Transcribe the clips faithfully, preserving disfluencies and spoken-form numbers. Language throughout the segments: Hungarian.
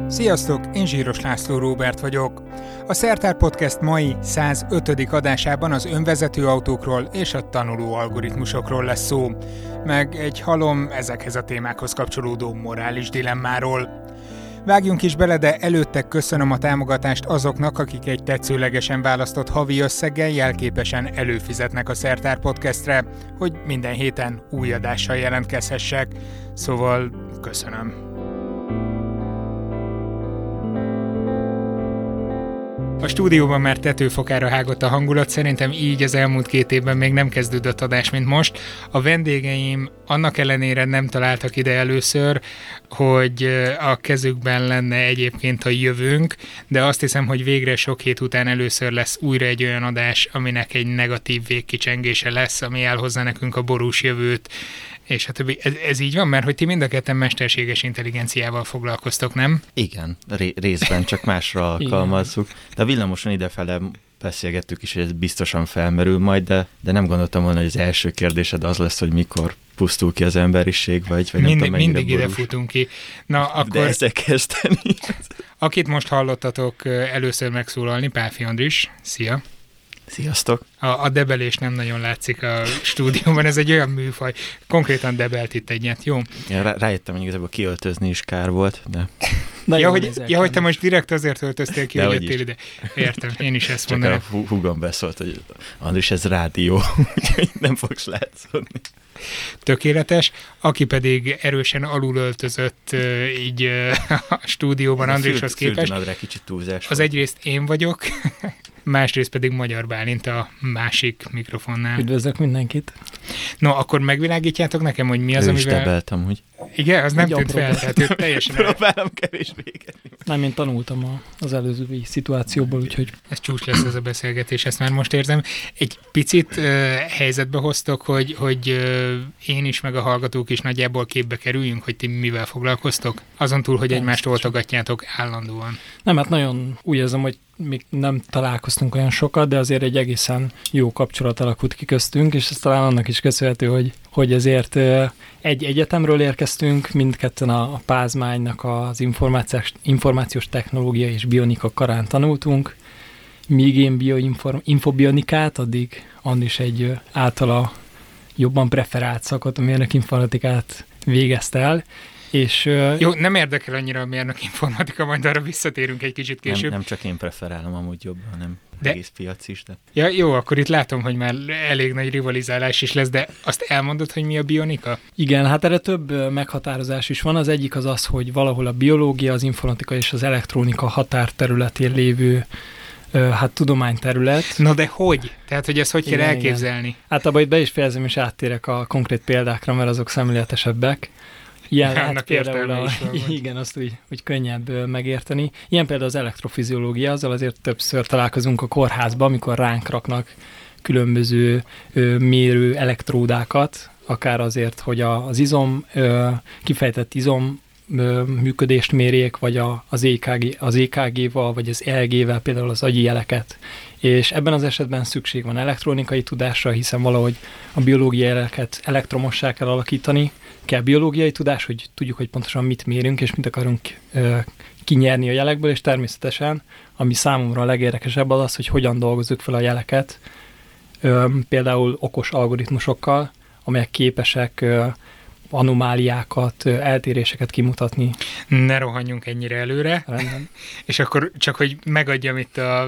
Sziasztok, én Zsíros László Róbert vagyok. A Szertár Podcast mai százötödik adásában az önvezető autókról és a tanuló algoritmusokról lesz szó, meg egy halom ezekhez a témákhoz kapcsolódó morális dilemmáról. Vágjunk is bele, de előtte köszönöm a támogatást azoknak, akik egy tetszőlegesen választott havi összeggel jelképesen előfizetnek a Szertár Podcastre, hogy minden héten új adással jelentkezhessek. Szóval köszönöm. A stúdióban már tetőfokára hágott a hangulat, szerintem így az elmúlt két évben még nem kezdődött adás, mint most. A vendégeim annak ellenére nem találtak ide először, hogy a kezükben lenne egyébként a jövőnk, de azt hiszem, hogy végre sok hét után először lesz újra egy olyan adás, aminek egy negatív végkicsengése lesz, ami elhozza nekünk a borús jövőt, és hát ez, ez így van, mert hogy ti mind a ketten mesterséges intelligenciával foglalkoztok, nem? Igen, ré- részben csak másra alkalmazzuk. De a villamoson idefele beszélgettük is, hogy ez biztosan felmerül majd, de, de nem gondoltam volna, hogy az első kérdésed az lesz, hogy mikor pusztul ki az emberiség, vagy, vagy mindig, nem tudom, mindig ide futunk ki. Na, akkor, de ezzel kezdeni. Akit most hallottatok először megszólalni, Pálfi Andris, szia! Sziasztok! A, a debelés nem nagyon látszik a stúdióban, ez egy olyan műfaj. Konkrétan debelt itt egyet, jó? Ja, rá, rájöttem, hogy igazából kiöltözni is kár volt, de... de ja, hogy, ja, hogy te most direkt azért öltöztél ki, de hogy jöttél ide. Értem, én is ezt mondanám. Csak a húgom beszólt, hogy Andris, ez rádió, úgyhogy nem fogsz látszódni. Tökéletes, aki pedig erősen alulöltözött így a stúdióban Andrishoz képest. Fürdőnadrág kicsit túlzás. Az egyrészt én vagyok, másrészt pedig Magyar Bálint a másik mikrofonnál. Üdvözlök mindenkit! No, akkor megvilágítjátok nekem, hogy mi az, ő amivel... Ő is debeltem, hogy... Igen, az nem tűnt fel, tehát ő teljesen... Próbálom kevésbé égetni. Nem, én tanultam a, az előző szituációból, úgyhogy... Ez csúcs lesz ez a beszélgetés, ezt már most érzem. Egy picit uh, helyzetbe hoztok, hogy, hogy uh, én is, meg a hallgatók is nagyjából képbe kerüljünk, hogy ti mivel foglalkoztok? Azon túl, hogy egymást oltogatjátok állandóan. Nem, hát nagyon úgy érzem, hogy még nem találkoztunk olyan sokat, de azért egy egészen jó kapcsolat alakult ki köztünk, és ez talán annak is köszönhető, hogy, hogy ezért egy egyetemről érkeztünk, mindketten a Pázmánynak az információs, információs technológia és bionika karán tanultunk, míg én bioinfobionikát, addig Andris egy általa jobban preferált szakot, a mérnökinformatikát végezte el, és, jó, nem érdekel annyira a mérnök informatika, majd arra visszatérünk egy kicsit később. Nem, nem csak én preferálom amúgy jobban, hanem de, egész piac is. De... Ja, jó, akkor itt látom, hogy már elég nagy rivalizálás is lesz, de azt elmondod, hogy mi a bionika? Igen, hát erre több meghatározás is van. Az egyik az az, hogy valahol a biológia, az informatika és az elektronika határterületén lévő hát tudományterület. Na de hogy? Tehát, hogy ezt hogy igen, kell elképzelni? Igen. Hát abban itt be is fejezem, és áttérek a konkrét példákra, mert azok szemléletesebbek. Ilyen hát például a, igen, azt úgy, úgy könnyebb megérteni. Ilyen például az elektrofiziológia, azzal azért többször találkozunk a kórházban, amikor ránk raknak különböző ö, mérő elektródákat, akár azért, hogy a, az izom, ö, kifejtett izom ö, működést mérjék, vagy a, az, é ká gé, az é ká gé-val, vagy az é e gé-vel például az agyi jeleket. És ebben az esetben szükség van elektronikai tudásra, hiszen valahogy a biológiai jeleket elektromossá kell alakítani, kell biológiai tudás, hogy tudjuk, hogy pontosan mit mérünk, és mit akarunk ö, kinyerni a jelekből, és természetesen, ami számomra a legérdekesebb az az, hogy hogyan dolgozzuk fel a jeleket, ö, például okos algoritmusokkal, amelyek képesek ö, anomáliákat, ö, eltéréseket kimutatni. Ne rohanjunk ennyire előre, rendben. És akkor csak, hogy megadjam itt a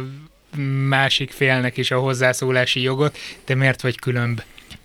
másik félnek is a hozzászólási jogot, de miért vagy különb?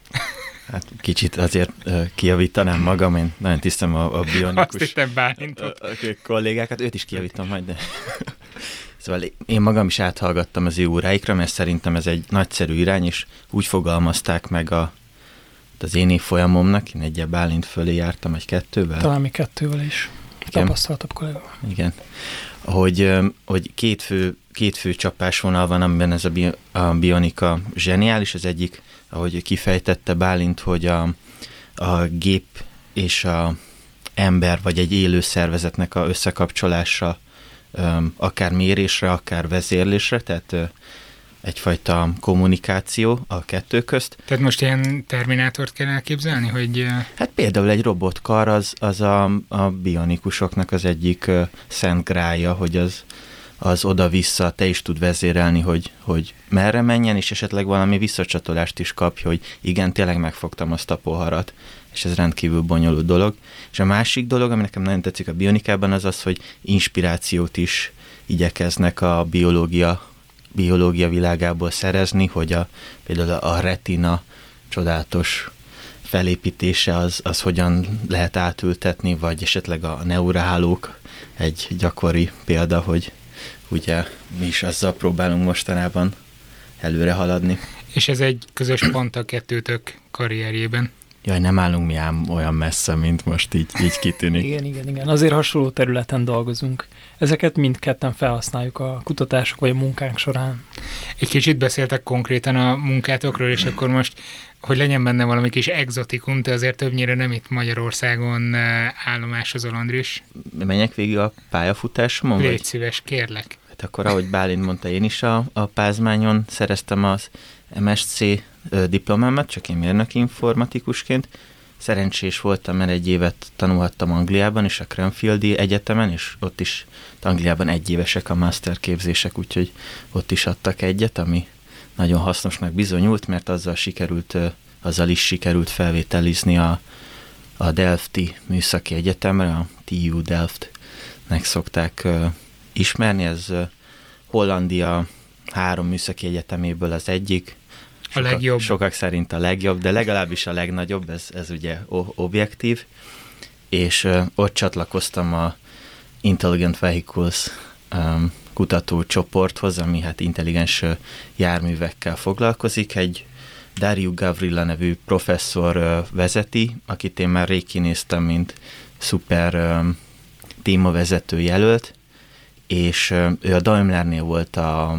Hát kicsit azért uh, kijavítanám magam, én nagyon tisztem a, a bionikus Azt hittem Bálintot. A, a kollégákat, őt is kijavítom majd, de... Szóval én magam is áthallgattam az ő óráikra, mert szerintem ez egy nagyszerű irány, és úgy fogalmazták meg a, az én évfolyamomnak, én egyel Bálint fölé jártam egy kettővel. Talán még kettővel is. Igen. Tapasztaltabb kollégával. Igen. Hogy, hogy két fő, két fő csapásvonal van, amiben ez a, bio, a bionika zseniális. Az egyik, ahogy kifejtette Bálint, hogy a, a gép és a ember, vagy egy élő szervezetnek a összekapcsolása akár mérésre, akár vezérlésre, tehát egyfajta kommunikáció a kettő közt. Tehát most ilyen Terminátort kell elképzelni, hogy... Hát például egy robotkar az, az a, a bionikusoknak az egyik uh, szent grálja, hogy az, az oda-vissza te is tud vezérelni, hogy, hogy merre menjen, és esetleg valami visszacsatolást is kapj, hogy igen, tényleg megfogtam azt a poharat, és ez rendkívül bonyolult dolog. És a másik dolog, ami nekem nagyon tetszik a bionikában, az az, hogy inspirációt is igyekeznek a biológia biológia világából szerezni, hogy a, például a retina csodálatos felépítése az, az hogyan lehet átültetni, vagy esetleg a neurahálók egy gyakori példa, hogy ugye mi is azzal próbálunk mostanában előre haladni. És ez egy közös pont a kettőtök karrierjében. Jaj, nem állunk mi ám olyan messze, mint most így, így kitűnik. Igen, igen, igen. Azért hasonló területen dolgozunk. Ezeket mindketten felhasználjuk a kutatások vagy a munkánk során. Egy kicsit beszéltek konkrétan a munkátokról, és akkor most, hogy legyen benne valami kis exotikum, te azért többnyire nem itt Magyarországon állomásozol, Andris. Menjek végig a pályafutásomon? Légy vagy? szíves, kérlek. Hát akkor, ahogy Bálint mondta, én is a, a Pázmányon szereztem az em es cé diplomámat, csak én mérnöki informatikusként. Szerencsés voltam, mert egy évet tanulhattam Angliában, és a Cranfieldi Egyetemen, és ott is Angliában egyévesek a master képzések, úgyhogy ott is adtak egyet, ami nagyon hasznosnak bizonyult, mert azzal sikerült, azzal is sikerült felvételizni a, a Delfti Műszaki Egyetemre, a té u Delft-nek szokták uh, ismerni, ez uh, Hollandia három műszaki egyeteméből az egyik, a Soka, legjobb. Sokak szerint a legjobb, de legalábbis a legnagyobb, ez, ez ugye objektív, és uh, ott csatlakoztam a Intelligent Vehicles um, kutatócsoporthoz, ami hát intelligens uh, járművekkel foglalkozik. Egy Dario Gavrila nevű professzor uh, vezeti, akit én már rég kinéztem, mint szuper um, témavezető jelölt, és uh, ő a Daimlernél volt a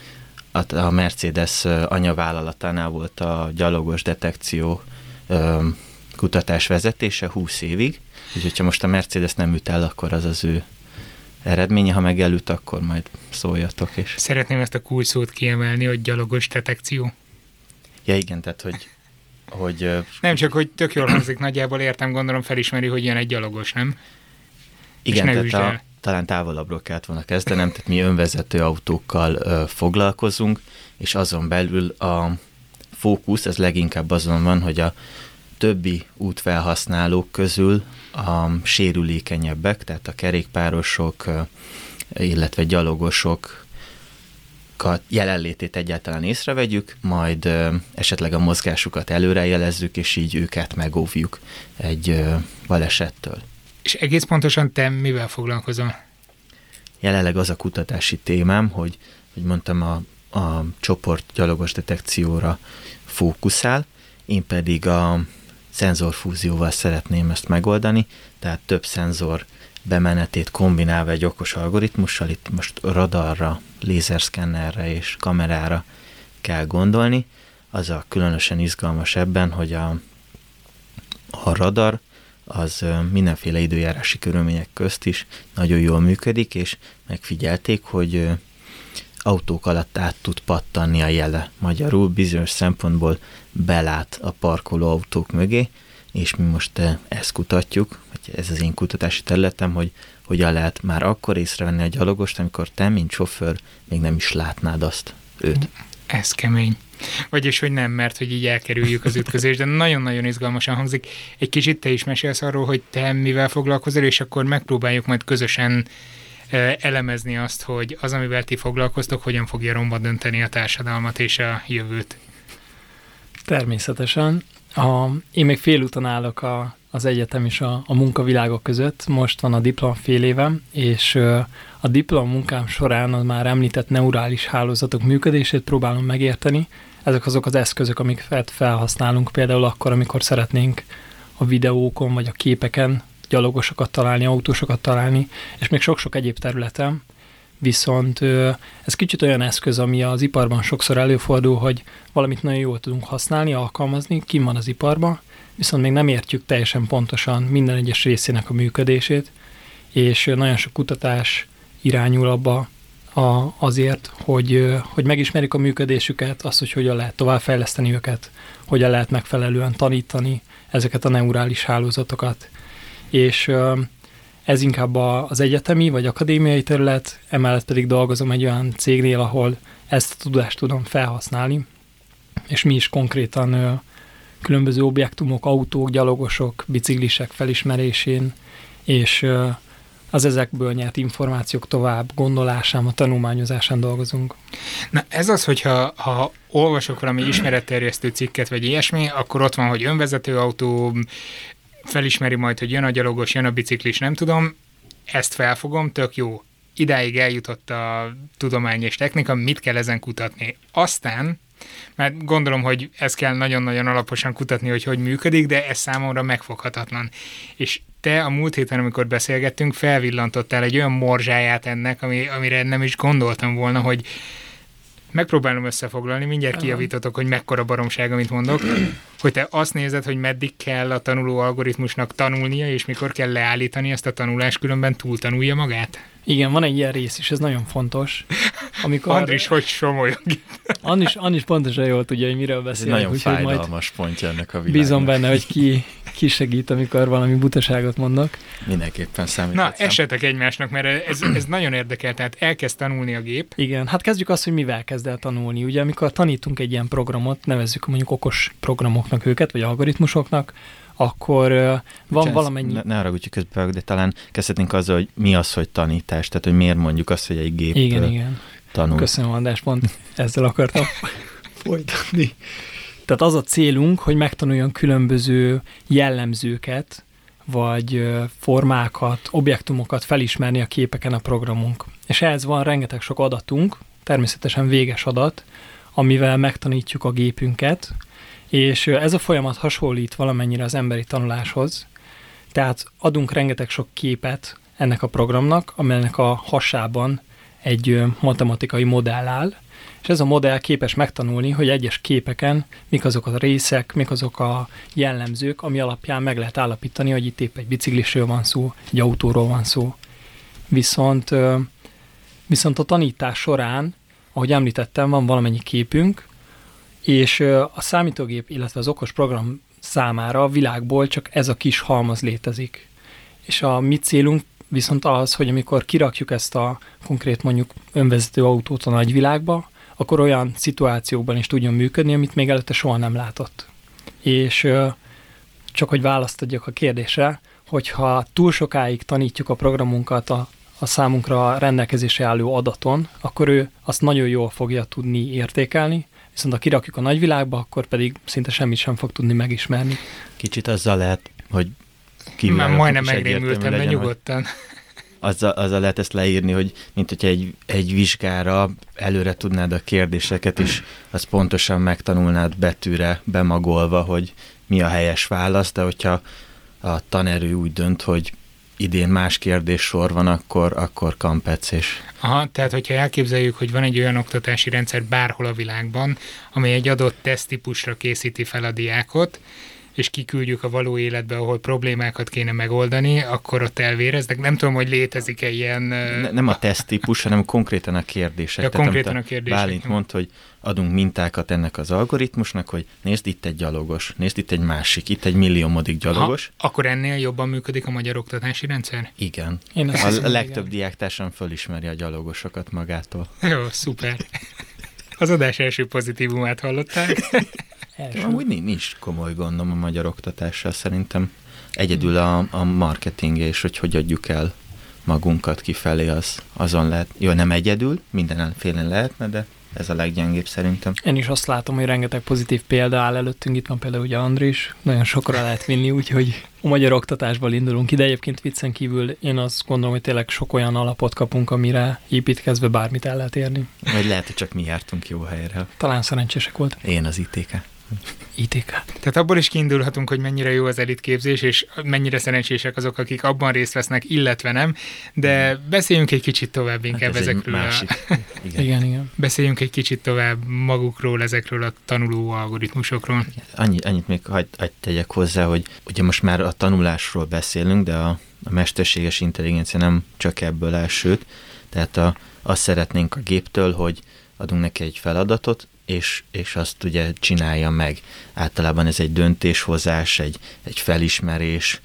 a Mercedes anyavállalatánál volt a gyalogos detekció kutatás vezetése húsz évig, úgyhogy ha most a Mercedes nem üt el, akkor az az ő eredménye, ha meg elüt, akkor majd szóljatok. És... Szeretném ezt a kulcsszót kiemelni, hogy gyalogos detekció. Ja igen, tehát hogy... hogy nem csak, hogy tök jól hangzik, nagyjából értem, gondolom felismeri, hogy ilyen egy gyalogos, nem? Igen, tehát a, talán távolabbról kellett volna kezdenem, tehát mi önvezető autókkal ö, foglalkozunk, és azon belül a fókusz, ez leginkább azon van, hogy a többi útfelhasználók közül a sérülékenyebbek, tehát a kerékpárosok, ö, illetve gyalogosok jelenlétét egyáltalán észrevegyük, majd ö, esetleg a mozgásukat előrejelezzük, és így őket megóvjuk egy ö, balesettől. És egész pontosan te mivel foglalkozol? Jelenleg az a kutatási témám, hogy, hogy mondtam, a, a csoport gyalogos detekcióra fókuszál, én pedig a szenzorfúzióval szeretném ezt megoldani, tehát több szenzor bemenetét kombinálva egy okos algoritmussal, itt most radarra, lézerszkennerre és kamerára kell gondolni. Az a különösen izgalmas ebben, hogy a, a radar az mindenféle időjárási körülmények közt is nagyon jól működik, és megfigyelték, hogy autók alatt át tud pattanni a jele. Magyarul bizonyos szempontból belát a parkoló autók mögé, és mi most ezt kutatjuk, vagy ez az én kutatási területem, hogy hogyan lehet már akkor észrevenni a gyalogost, amikor te, mint sofőr, még nem is látnád azt, őt. Ez kemény. Vagyis, hogy nem, mert hogy így elkerüljük az ütközést, de nagyon-nagyon izgalmasan hangzik. Egy kicsit te is mesélsz arról, hogy te mivel foglalkozol, és akkor megpróbáljuk majd közösen elemezni azt, hogy az, amivel ti foglalkoztok, hogyan fogja romba dönteni a társadalmat és a jövőt. Természetesen. A, én még félúton állok a, az egyetem és a, a munkavilágok között. Most van a diplom fél évem, és a diplom munkám során az már említett neurális hálózatok működését próbálom megérteni. Ezek azok az eszközök, amiket felhasználunk például akkor, amikor szeretnénk a videókon vagy a képeken gyalogosokat találni, autósokat találni, és még sok-sok egyéb területen. Viszont ez kicsit olyan eszköz, ami az iparban sokszor előfordul, hogy valamit nagyon jól tudunk használni, alkalmazni, kim van az iparban, viszont még nem értjük teljesen pontosan minden egyes részének a működését, és nagyon sok kutatás irányul abba a, azért, hogy, hogy megismerjük a működésüket, azt, hogy hogyan lehet továbbfejleszteni őket, hogyan lehet megfelelően tanítani ezeket a neurális hálózatokat. És ez inkább az egyetemi vagy akadémiai terület, emellett pedig dolgozom egy olyan cégnél, ahol ezt a tudást tudom felhasználni, és mi is konkrétan különböző objektumok, autók, gyalogosok, biciklisek felismerésén, és az ezekből nyert információk tovább gondolásán, a tanulmányozásán dolgozunk. Na ez az, hogyha ha olvasok valami ismeretterjesztő cikket, vagy ilyesmi, akkor ott van, hogy önvezető autó, felismeri majd, hogy jön a gyalogos, jön a biciklis, nem tudom, ezt felfogom, tök jó. Idáig eljutott a tudomány és technika, mit kell ezen kutatni. Aztán, mert gondolom, hogy ezt kell nagyon-nagyon alaposan kutatni, hogy hogy működik, de ez számomra megfoghatatlan. És te a múlt héten, amikor beszélgettünk, felvillantottál egy olyan morzsáját ennek, ami, amire nem is gondoltam volna, hogy megpróbálom összefoglalni, mindjárt kijavítotok, hogy mekkora baromság, amit mondok, hogy te azt nézed, hogy meddig kell a tanuló algoritmusnak tanulnia, és mikor kell leállítani ezt a tanulást, különben túltanulja magát? Igen, van egy ilyen rész is, ez nagyon fontos. Amikor... Andris, hogy somolyog. Andris, Andris pontosan jól tudja, hogy miről beszélünk. Ez nagyon fájdalmas pontja ennek a világnak. Bízom benne, hogy ki, ki segít, amikor valami butaságot mondok. Mindenképpen számít. Na, esetek egymásnak, mert ez, ez nagyon érdekel, tehát elkezd tanulni a gép. Igen, hát kezdjük azt, hogy mivel kezd el tanulni. Ugye, amikor tanítunk egy ilyen programot, nevezzük mondjuk okos programoknak őket, vagy algoritmusoknak, akkor uh, van Bocsánat, valamennyi... Ne, ne haragudj közben, de talán kezdhetnénk azzal, hogy mi az, hogy tanítás, tehát hogy miért mondjuk azt, hogy egy gép igen, uh, igen. tanul. Köszönöm, András, pont ezzel akartam folytatni. Tehát az a célunk, hogy megtanuljon különböző jellemzőket, vagy uh, formákat, objektumokat felismerni a képeken a programunk. És ehhez van rengeteg sok adatunk, természetesen véges adat, amivel megtanítjuk a gépünket, és ez a folyamat hasonlít valamennyire az emberi tanuláshoz, tehát adunk rengeteg sok képet ennek a programnak, amelynek a hasában egy matematikai modell áll, és ez a modell képes megtanulni, hogy egyes képeken mik azok a részek, mik azok a jellemzők, ami alapján meg lehet állapítani, hogy itt épp egy biciklisről van szó, egy autóról van szó. Viszont, viszont a tanítás során, ahogy említettem, van valamennyi képünk, és a számítógép, illetve az okos program számára a világból csak ez a kis halmaz létezik. És a mi célunk viszont az, hogy amikor kirakjuk ezt a konkrét mondjuk önvezető autót a nagyvilágba, akkor olyan szituációkban is tudjon működni, amit még előtte soha nem látott. És csak hogy választ adjak a kérdésre, hogyha túl sokáig tanítjuk a programunkat a, a számunkra rendelkezésre álló adaton, akkor ő azt nagyon jól fogja tudni értékelni, viszont ha kirakjuk a nagyvilágba, akkor pedig szinte semmit sem fog tudni megismerni. Kicsit azzal lehet, hogy kívül. Már majdnem megrémültem, de nyugodtan. Azzal, azzal lehet ezt leírni, hogy mint hogyha egy, egy vizsgára előre tudnád a kérdéseket, és azt pontosan megtanulnád betűre, bemagolva, hogy mi a helyes válasz, de hogyha a tanerő úgy dönt, hogy idén más kérdéssor van, akkor, akkor kampecés. Aha, tehát hogyha elképzeljük, hogy van egy olyan oktatási rendszer bárhol a világban, amely egy adott teszttípusra készíti fel a diákot, és kiküldjük a való életbe, ahol problémákat kéne megoldani, akkor ott elvéreznek. Nem tudom, hogy létezik-e ilyen... Ne, nem a teszttípus, hanem konkrétan a kérdések. Ja, Tehát, konkrétan a kérdések. Bálint mondta, hogy adunk mintákat ennek az algoritmusnak, hogy nézd, itt egy gyalogos, nézd, itt egy másik, itt egy milliómodik gyalogos. Ha, akkor ennél jobban működik a magyar oktatási rendszer? Igen. Én a, a legtöbb diáktársam fölismeri a gyalogosokat magától. Jó, szuper. Az adás első pozitívumát hallották. Amúgy nincs komoly gondom a magyar oktatással, szerintem egyedül a, a marketing és hogy hogy adjuk el magunkat kifelé, az, azon lehet. Jó, nem egyedül, mindenfélen lehetne, de ez a leggyengébb szerintem. Én is azt látom, hogy rengeteg pozitív példa áll előttünk, itt van például ugye Andris, nagyon sokra lehet vinni, úgyhogy a magyar oktatásból indulunk ide. Egyébként viccen kívül én azt gondolom, hogy tényleg sok olyan alapot kapunk, amire építkezve bármit el lehet érni. Vagy lehet, hogy csak mi jártunk jó helyre. Talán szerencsések volt. Én az i té ká. i té ká. Tehát abból is kiindulhatunk, hogy mennyire jó az elitképzés, és mennyire szerencsések azok, akik abban részt vesznek, illetve nem, de beszéljünk egy kicsit tovább inkább hát ez ezekről. Másik. A... Igen. igen, igen. Beszéljünk egy kicsit tovább magukról, ezekről a tanuló algoritmusokról. Annyi, annyit még hagyd hagy tegyek hozzá, hogy ugye most már a tanulásról beszélünk, de a, a mesterséges intelligencia nem csak ebből áll, sőt, tehát a azt szeretnénk a géptől, hogy adunk neki egy feladatot, és, és azt ugye csinálja meg. Általában ez egy döntéshozás, egy, egy felismerés,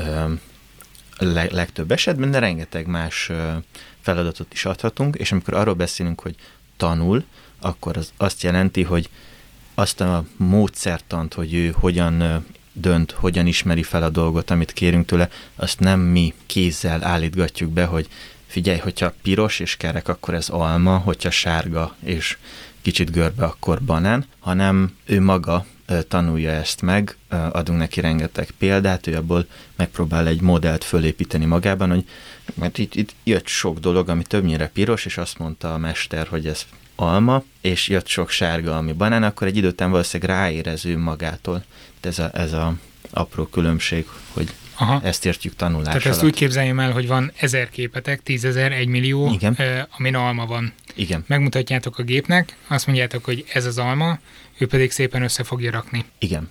leg, legtöbb esetben, de rengeteg más feladatot is adhatunk, és amikor arról beszélünk, hogy tanul, akkor az azt jelenti, hogy azt a módszertant, hogy ő hogyan dönt, hogyan ismeri fel a dolgot, amit kérünk tőle, azt nem mi kézzel állítgatjuk be, hogy figyelj, hogyha piros és kerek, akkor ez alma, hogyha sárga és kicsit görbe, akkor banán, hanem ő maga tanulja ezt meg, adunk neki rengeteg példát, ő abból megpróbál egy modellt fölépíteni magában, hogy mert itt, itt jött sok dolog, ami többnyire piros, és azt mondta a mester, hogy ez alma, és jött sok sárga, ami banán, akkor egy idő után valószínűleg ráérez ő magától. Ez a, ez a apró különbség, hogy aha. Ezt értjük tanulás Tehát alatt. ezt úgy képzeljem el, hogy van ezer képetek, tízezer, egymillió, eh, amin alma van. Igen. Megmutatjátok a gépnek, azt mondjátok, hogy ez az alma, ő pedig szépen össze fogja rakni. Igen.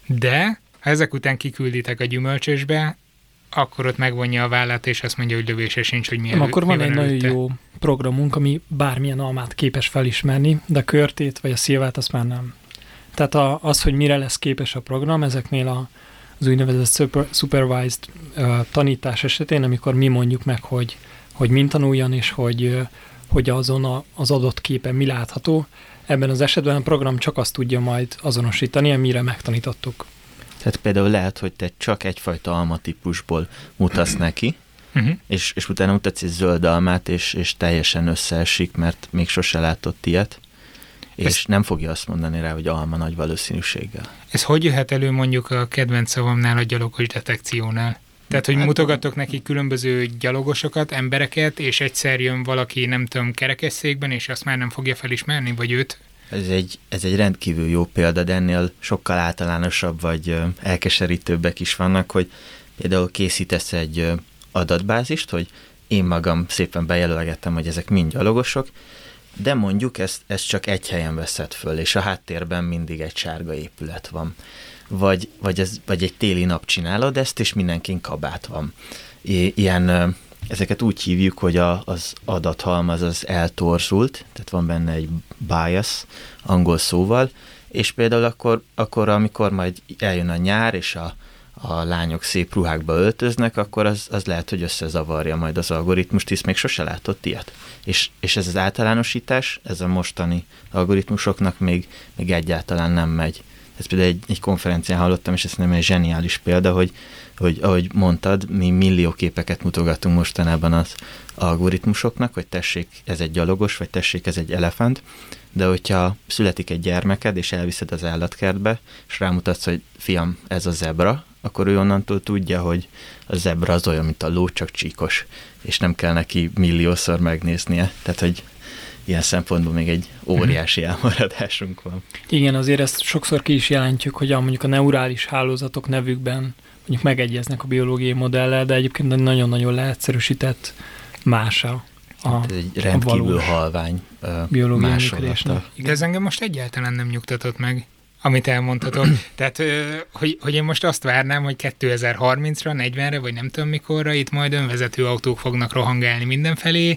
De ha ezek után kikülditek a gyümölcsösbe, akkor ott megvonja a vállát, és azt mondja, hogy lövése sincs, hogy mi elő, akkor van mi egy van nagyon jó programunk, ami bármilyen almát képes felismerni, de a körtét vagy a szilvát azt már nem. Tehát a, az, hogy mire lesz képes a program, ezeknél a, az úgynevezett super, supervised uh, tanítás esetén, amikor mi mondjuk meg, hogy, hogy mint tanuljon, és hogy, uh, hogy azon a, az adott képen mi látható, ebben az esetben a program csak azt tudja majd azonosítani, amire megtanítottuk. Tehát például lehet, hogy te csak egyfajta almatípusból mutatsz neki, uh-huh. és, és utána mutatsz egy zöld almát, és, és teljesen összeesik, mert még sose látott ilyet, és ez nem fogja azt mondani rá, hogy alma nagy valószínűséggel. Ez hogy jöhet elő mondjuk a kedvenc szavamnál, a gyalogos detekciónál? Tehát, hogy hát, mutogatok neki különböző gyalogosokat, embereket, és egyszer jön valaki, nem tudom, kerekesszékben, és azt már nem fogja felismerni, vagy őt? Ez egy, ez egy rendkívül jó példa, de ennél sokkal általánosabb, vagy elkeserítőbbek is vannak, hogy például készítesz egy adatbázist, hogy én magam szépen bejelölgetem, hogy ezek mind gyalogosok, de mondjuk ezt, ezt csak egy helyen veszed föl, és a háttérben mindig egy sárga épület van. Vagy, vagy, ez, vagy egy téli nap csinálod ezt, és mindenkin kabát van. I- ilyen, ezeket úgy hívjuk, hogy a, az adathalmaz az eltorzult, tehát van benne egy bias, angol szóval, és például akkor, akkor amikor majd eljön a nyár, és a, a lányok szép ruhákba öltöznek, akkor az, az lehet, hogy összezavarja majd az algoritmust, hisz még sose látott ilyet. És, és ez az általánosítás, ez a mostani algoritmusoknak még, még egyáltalán nem megy. Ezt például egy, egy konferencián hallottam, és ez nem egy zseniális példa, hogy, hogy ahogy mondtad, mi millió képeket mutogatunk mostanában az algoritmusoknak, hogy tessék, ez egy gyalogos, vagy tessék, ez egy elefánt, de hogyha születik egy gyermeked, és elviszed az állatkertbe, és rámutatsz, hogy fiam, ez a zebra, akkor ő onnantól tudja, hogy a zebra az olyan, mint a ló, csak csíkos, és nem kell neki milliószor megnéznie. Tehát, hogy ilyen szempontból még egy óriási elmaradásunk van. Igen, azért ezt sokszor ki is jelentjük, hogy a, mondjuk a neurális hálózatok nevükben mondjuk megegyeznek a biológiai modellel, de egyébként nagyon-nagyon leegyszerűsített mása a, hát egy rendkívül a halvány uh, másolata. De ez engem most egyáltalán nem nyugtatott meg, amit elmondhatok. Tehát, hogy, hogy én most azt várnám, hogy kétezer-harmincra, negyvenre, vagy nem tudom mikorra itt majd önvezető autók fognak rohangálni mindenfelé,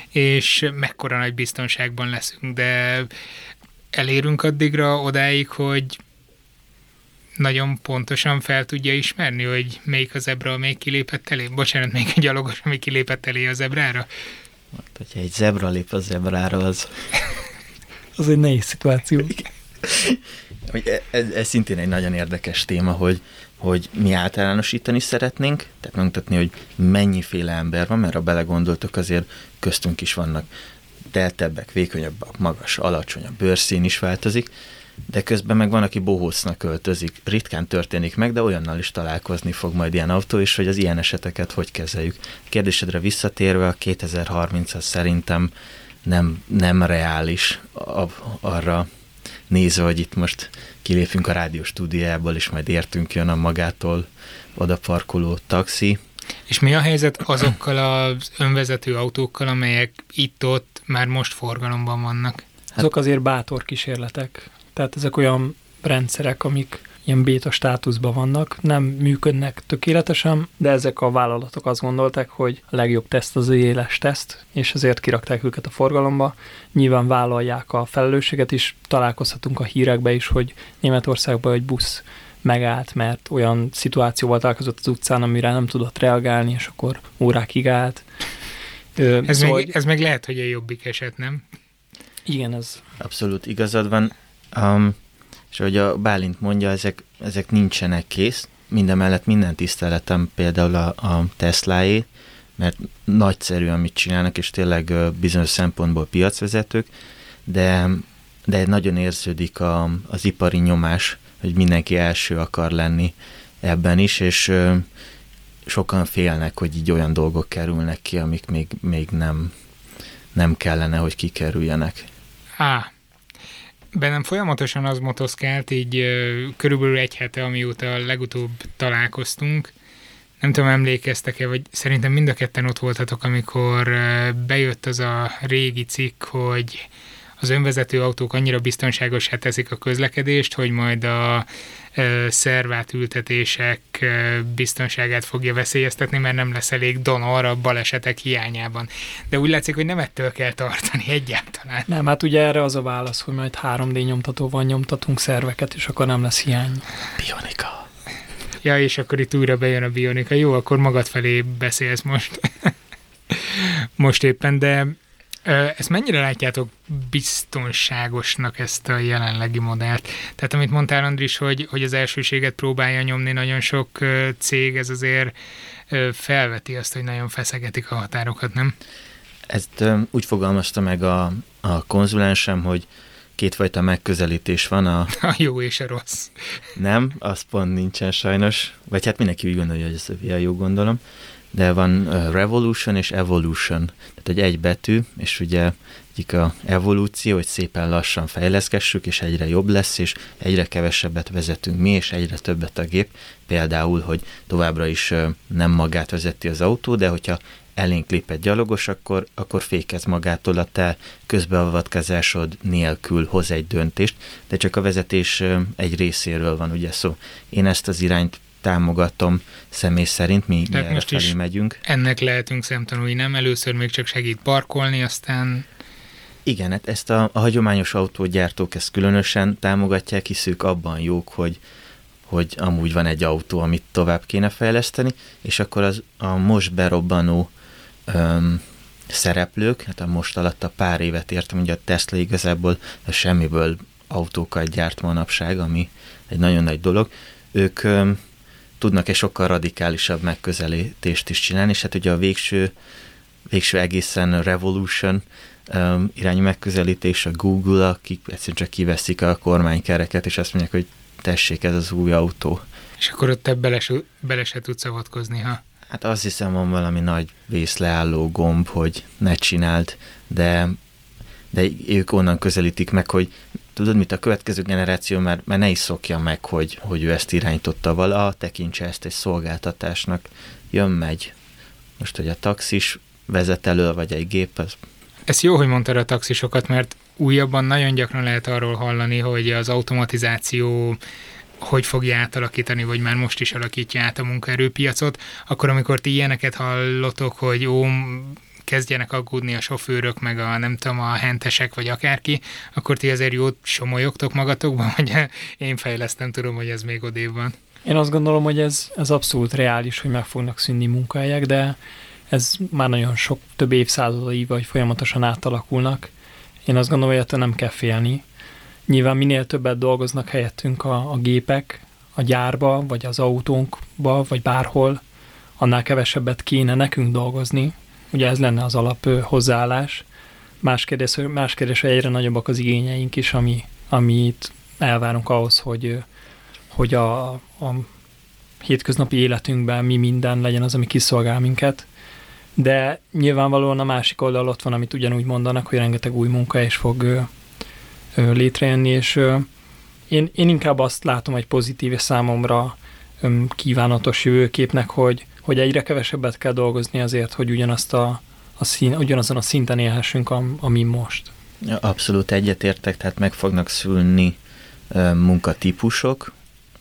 és mekkora nagy biztonságban leszünk, de elérünk addigra odáig, hogy nagyon pontosan fel tudja ismerni, hogy melyik a zebra, melyik kilépett elé. Bocsánat, melyik a gyalogos, ami kilépett elé a zebrára. Hát, hogyha egy zebra lép a zebrára, az... az egy nehéz szituáció. Ez, ez szintén egy nagyon érdekes téma, hogy, hogy mi általánosítani szeretnénk, tehát megmutatni, hogy mennyiféle ember van, mert ha belegondoltok, azért köztünk is vannak teltebbek, vékonyabbak, magas, alacsony, a bőrszín is változik, de közben meg van, aki bohócnak költözik. Ritkán történik meg, de olyannal is találkozni fog majd ilyen autó is, hogy az ilyen eseteket hogy kezeljük. A kérdésedre visszatérve, a kétezer-harminc az szerintem nem, nem reális a, arra nézve, hogy itt most kilépünk a rádió stúdiójából, és majd értünk jön a magától oda parkoló taxi. És mi a helyzet azokkal az önvezető autókkal, amelyek itt-ott már most forgalomban vannak? Hát, azok azért bátor kísérletek. Tehát ezek olyan rendszerek, amik ilyen béta státuszban vannak, nem működnek tökéletesen, de ezek a vállalatok azt gondolták, hogy a legjobb teszt az éles teszt, és ezért kirakták őket a forgalomba. Nyilván vállalják a felelősséget is, találkozhatunk a hírekbe is, hogy Németországban egy busz megállt, mert olyan szituációval találkozott az utcán, amire nem tudott reagálni, és akkor órákig állt. Ez, szóval, meg, ez meg lehet, hogy a jobbik eset, nem? Igen, ez... Abszolút igazad van. Um, és ahogy a Bálint mondja, ezek, ezek nincsenek kész. Mindemellett minden tiszteletem például a, a Tesláé, mert nagyszerű, amit csinálnak, és tényleg bizonyos szempontból piacvezetők, de, de nagyon érződik a, az ipari nyomás, hogy mindenki első akar lenni ebben is, és ö, sokan félnek, hogy így olyan dolgok kerülnek ki, amik még, még nem, nem kellene, hogy kikerüljenek. Á, bennem folyamatosan az motoszkált, így ö, körülbelül egy hete, amióta legutóbb találkoztunk. Nem tudom, emlékeztek-e, vagy szerintem mind a ketten ott voltatok, amikor ö, bejött az a régi cikk, hogy az önvezető autók annyira biztonságosá teszik a közlekedést, hogy majd a ö, szervátültetések ö, biztonságát fogja veszélyeztetni, mert nem lesz elég donor a balesetek hiányában. De úgy látszik, hogy nem ettől kell tartani egyáltalán. Nem, hát ugye erre az a válasz, hogy majd három dé nyomtatóval nyomtatunk szerveket, és akkor nem lesz hiány. Bionika. Ja, és akkor itt újra bejön a bionika. Jó, akkor magad felé beszélsz most. most éppen, de ezt mennyire látjátok biztonságosnak, ezt a jelenlegi modellt? Tehát amit mondtál, Andris, hogy, hogy az elsőséget próbálja nyomni nagyon sok cég, ez azért felveti azt, hogy nagyon feszegetik a határokat, nem? Ezt úgy fogalmazta meg a, a konzulensem, hogy kétfajta megközelítés van. A, a jó és a rossz. Nem, az pont nincsen sajnos. Vagy hát mindenki úgy gondolja, hogy ez a jó, gondolom. De van uh, revolution és evolution, tehát egy egy betű, és ugye egyik a evolúció, hogy szépen lassan fejleszgessük, és egyre jobb lesz, és egyre kevesebbet vezetünk mi, és egyre többet a gép. Például, hogy továbbra is uh, nem magát vezeti az autó, de hogyha elénk lép egy gyalogos, akkor, akkor fékez magától, a te közbeavatkozásod nélkül hoz egy döntést, de csak a vezetés uh, egy részéről van, ugye szó. Én ezt az irányt támogatom személy szerint, mi erre most felé megyünk. Ennek lehetünk szemtanúi, nem? Először még csak segít parkolni, aztán... Igen, hát ezt a, a hagyományos autógyártók ezt különösen támogatják, hisz ők abban jók, hogy, hogy amúgy van egy autó, amit tovább kéne fejleszteni, és akkor az a most berobbanó öm, szereplők, hát a most alatt a pár évet értem, hogy a Tesla igazából a semmiből autókat gyárt manapság, ami egy nagyon nagy dolog. Ők öm, tudnak egy sokkal radikálisabb megközelítést is csinálni, és hát ugye a végső, végső egészen revolution um, irányú megközelítés a Google, akik egyszerűen csak kiveszik a kormánykereket, és azt mondják, hogy tessék, ez az új autó. És akkor ott te bele, bele se tudsz avatkozni, ha? Hát azt hiszem, van valami nagy vészleálló gomb, hogy ne csináld, de, de ők onnan közelítik meg, hogy tudod mit, a következő generáció már, már ne is szokja meg, hogy, hogy ő ezt irányította vala, tekintse ezt egy szolgáltatásnak. Jön, megy. Most, hogy a taxis vezet elő, vagy egy gép, az... Ez jó, hogy mondtad a taxisokat, mert újabban nagyon gyakran lehet arról hallani, hogy az automatizáció hogy fogja átalakítani, vagy már most is alakítja át a munkaerőpiacot. Akkor, amikor ti ilyeneket hallotok, hogy ó, kezdjenek aggódni a sofőrök, meg a nem tudom, a hentesek, vagy akárki, akkor ti azért jót somolyogtok magatokban, vagy én fejlesztem, tudom, hogy ez még odébb van. Én azt gondolom, hogy ez, ez abszolút reális, hogy meg fognak szűnni munkahelyek, de ez már nagyon sok, több évszázadai, vagy folyamatosan átalakulnak. Én azt gondolom, hogy ettől nem kell félni. Nyilván minél többet dolgoznak helyettünk a, a gépek, a gyárba, vagy az autónkba, vagy bárhol, annál kevesebbet kéne nekünk dolgozni. Ugye ez lenne az alap hozzáállás. Más kérdés, más kérdés, hogy egyre nagyobbak az igényeink is, ami, amit elvárunk ahhoz, hogy, hogy a, a hétköznapi életünkben mi minden legyen az, ami kiszolgál minket. De nyilvánvalóan a másik oldal ott van, amit ugyanúgy mondanak, hogy rengeteg új munkahely is fog ö, ö, létrejönni, és ö, én, én inkább azt látom egy pozitív és számomra ö, kívánatos jövőképnek, hogy hogy egyre kevesebbet kell dolgozni azért, hogy ugyanazt a, a szín, ugyanazon a szinten élhessünk, ami most. Abszolút egyetértek, tehát meg fognak szülni uh, munkatípusok,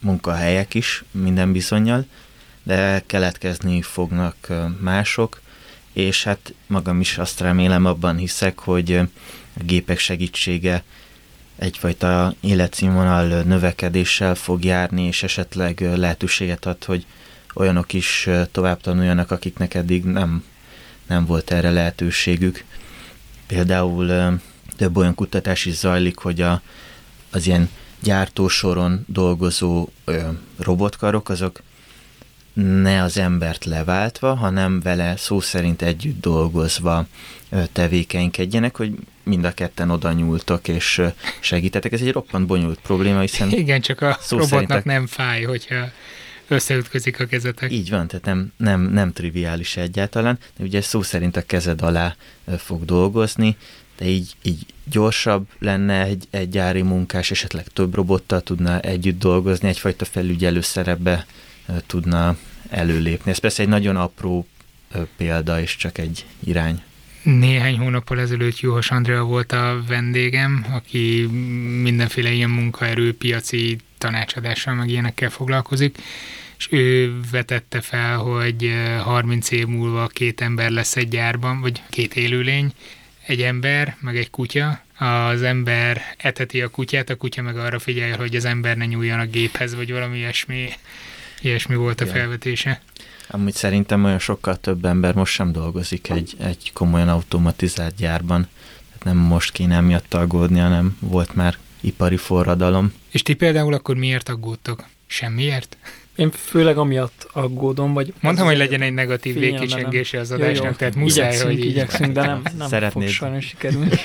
munkahelyek is minden bizonnyal, de keletkezni fognak mások, és hát magam is azt remélem, abban hiszek, hogy a gépek segítsége egyfajta életszínvonal növekedéssel fog járni, és esetleg lehetőséget ad, hogy olyanok is tovább tanuljanak, akiknek eddig nem, nem volt erre lehetőségük. Például több olyan kutatás is zajlik, hogy a, az ilyen gyártósoron dolgozó ö, robotkarok, azok ne az embert leváltva, hanem vele szó szerint együtt dolgozva ö, tevékenykedjenek, hogy mind a ketten oda nyúltak és ö, segítettek. Ez egy roppant bonyolult probléma, hiszen... Igen, csak a robotnak a... nem fáj, hogyha összeütközik a kezetek. Így van, tehát nem, nem, nem triviális egyáltalán, de ugye szó szerint a kezed alá ö, fog dolgozni, de így, így gyorsabb lenne egy, egy gyári munkás, esetleg több robottal tudna együtt dolgozni, egyfajta felügyelő szerepbe tudna előlépni. Ez persze egy nagyon apró példa, és csak egy irány. Néhány hónappal ezelőtt Juhas Andrea volt a vendégem, aki mindenféle ilyen munkaerőpiaci tanácsadással, meg ilyenekkel foglalkozik, és ő vetette fel, hogy harminc év múlva két ember lesz egy gyárban, vagy két élőlény, egy ember, meg egy kutya. Az ember eteti a kutyát, a kutya meg arra figyel, hogy az ember ne nyúljon a géphez, vagy valami ilyesmi, ilyesmi volt a ja. felvetése. Amúgy szerintem olyan sokkal több ember most sem dolgozik egy, egy komolyan automatizált gyárban. Tehát nem most kéne emiatt aggódni, hanem volt már ipari forradalom. És ti például akkor miért aggódtok? Semmiért? Én főleg amiatt aggódom, vagy... Mondtam, hogy legyen egy negatív végkicsengése az adásnak, jó, jó. Tehát muszáj, igyekszünk, hogy így... igyekszünk, de nem, nem Szeretnéd. fog sajnos sikerülni.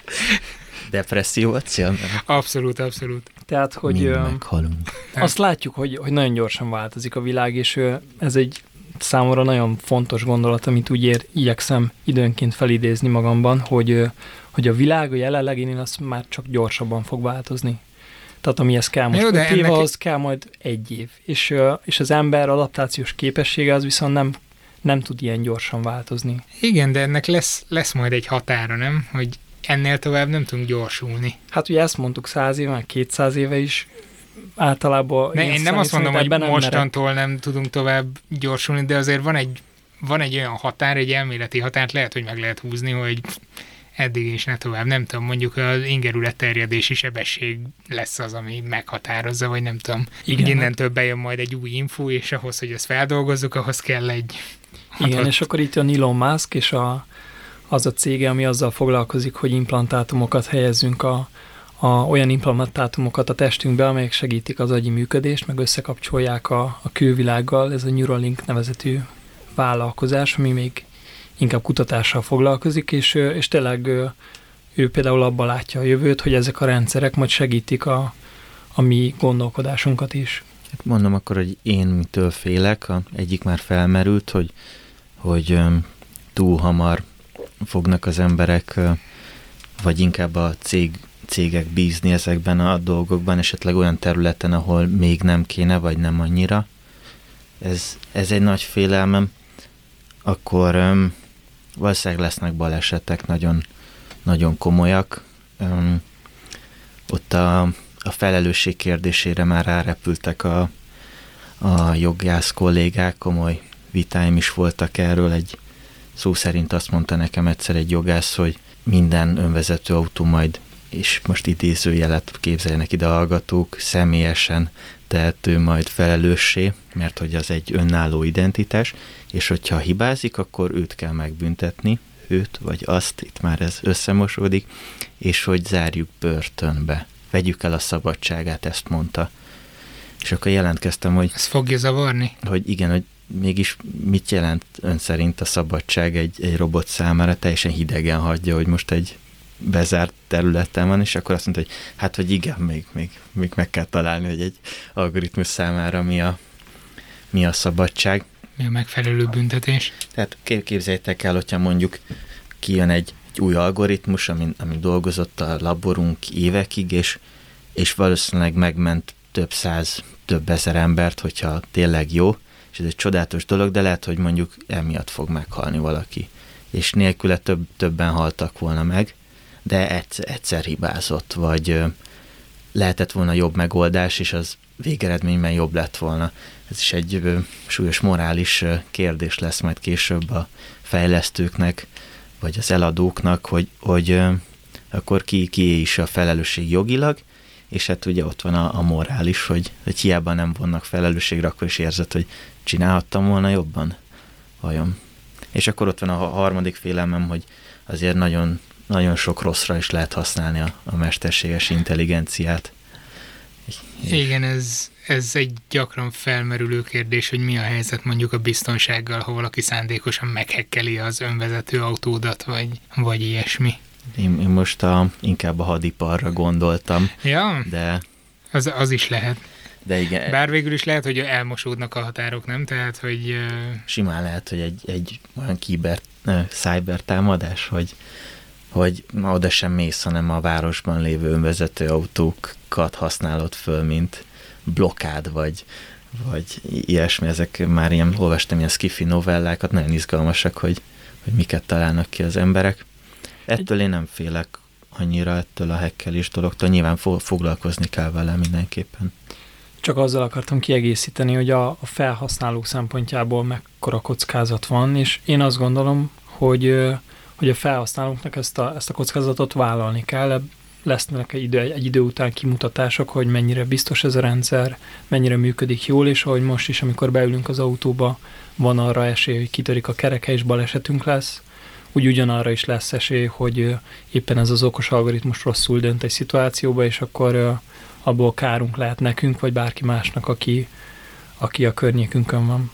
Depressziót szél? Abszolút, abszolút. Tehát, hogy... Mind meghalunk. Azt látjuk, hogy, hogy nagyon gyorsan változik a világ, és ez egy számomra nagyon fontos gondolat, amit úgy ér, igyekszem időnként felidézni magamban, hogy, hogy a világ a jelenlegénél az már csak gyorsabban fog változni. Tehát amihez kell most öt év, ahhoz kell majd egy év. És, és az ember adaptációs képessége az viszont nem, nem tud ilyen gyorsan változni. Igen, de ennek lesz, lesz majd egy határa, nem? Hogy ennél tovább nem tudunk gyorsulni. Hát ugye ezt mondtuk száz éve, meg kétszáz éve is. Általában... Ne, én nem azt mondom, hogy nem mostantól merek. Nem tudunk tovább gyorsulni, de azért van egy, van egy olyan határ, egy elméleti határt lehet, hogy meg lehet húzni, hogy eddig és ne tovább. Nem tudom, mondjuk az ingerület terjedési sebesség lesz az, ami meghatározza, vagy nem tudom. Igen, innentől bejön majd egy új info, és ahhoz, hogy ezt feldolgozzuk, ahhoz kell egy... Igen, hatott... és akkor itt jön Elon Musk, és a, az a cége, ami azzal foglalkozik, hogy implantátumokat helyezzünk a, a, olyan implantátumokat a testünkbe, amelyek segítik az agyi működést, meg összekapcsolják a, a külvilággal. Ez a Neuralink nevezetű vállalkozás, ami még inkább kutatással foglalkozik, és, és tényleg ő, ő például abban látja a jövőt, hogy ezek a rendszerek majd segítik a, a mi gondolkodásunkat is. Mondom akkor, hogy én mitől félek. A egyik már felmerült, hogy, hogy um, túl hamar fognak az emberek, uh, vagy inkább a cég, cégek bízni ezekben a dolgokban, esetleg olyan területen, ahol még nem kéne, vagy nem annyira. Ez, ez egy nagy félelmem. Akkor um, valószínűleg lesznek balesetek nagyon, nagyon komolyak. Um, ott a, a felelősség kérdésére már rárepültek a, a jogász kollégák, komoly vitáim is voltak erről. Egy szó szerint azt mondta nekem egyszer egy jogász, hogy minden önvezető autó majd, és most idézőjelet képzeljenek ide a hallgatók, személyesen tehető majd felelőssé, mert hogy az egy önálló identitás, és hogyha hibázik, akkor őt kell megbüntetni, őt vagy azt, itt már ez összemosódik, és hogy zárjuk börtönbe, vegyük el a szabadságát, ezt mondta. És akkor jelentkeztem, hogy... Ez fogja zavarni? Hogy igen, hogy mégis mit jelent ön szerint a szabadság egy, egy robot számára, teljesen hidegen hagyja, hogy most egy bezárt területen van, és akkor azt mondta, hogy hát, hogy igen, még, még, még meg kell találni, hogy egy algoritmus számára mi a, mi a szabadság. Mi a megfelelő büntetés? Tehát képzeljétek el, hogyha mondjuk kijön egy, egy új algoritmus, amin, amin dolgozott a laborunk évekig, és, és valószínűleg megment több száz, több ezer embert, hogyha tényleg jó, és ez egy csodálatos dolog, de lehet, hogy mondjuk emiatt fog meghalni valaki. És nélküle több, többen haltak volna meg, de egyszer, egyszer hibázott, vagy ö, lehetett volna jobb megoldás, és az végeredményben jobb lett volna. Ez is egy ö, súlyos morális ö, kérdés lesz majd később a fejlesztőknek, vagy az eladóknak, hogy, hogy ö, akkor ki, ki is a felelősség jogilag, és hát ugye ott van a, a morális, hogy, hogy hiába nem vonnak felelősségre, akkor is érzed, hogy csinálhattam volna jobban. Vajon? És akkor ott van a harmadik félelmem, hogy azért nagyon, nagyon sok rosszra is lehet használni a, a mesterséges intelligenciát. Igen, ez, ez egy gyakran felmerülő kérdés, hogy mi a helyzet mondjuk a biztonsággal, ha valaki szándékosan meghekkeli az önvezető autódat, vagy, vagy ilyesmi. Én, én most a, inkább a hadiparra gondoltam. Ja, de az, az is lehet. De igen. Bár végül is lehet, hogy elmosódnak a határok, nem? Tehát, hogy... Uh... Simán lehet, hogy egy, egy olyan kiber, uh, cyber támadás, hogy, hogy ma oda sem mész, hanem a városban lévő önvezető autókat használod föl, mint blokkád, vagy, vagy ilyesmi. Ezek már ilyen, olvastam ilyen skifi novellákat, nagyon izgalmasak, hogy, hogy miket találnak ki az emberek. Ettől én nem félek annyira ettől a hekkelés dologtól, nyilván fo- foglalkozni kell vele mindenképpen. Csak azzal akartam kiegészíteni, hogy a, a felhasználók szempontjából mekkora kockázat van, és én azt gondolom, hogy, hogy a felhasználóknak ezt a, ezt a kockázatot vállalni kell. Lesznek egy idő, egy idő után kimutatások, hogy mennyire biztos ez a rendszer, mennyire működik jól, és ahogy most is, amikor beülünk az autóba, van arra esély, hogy kitörik a kereke, és balesetünk lesz, úgy ugyanarra is lesz esély, hogy éppen ez az okos algoritmus rosszul dönt egy szituációba, és akkor abból kárunk lehet nekünk, vagy bárki másnak, aki, aki a környékünkön van.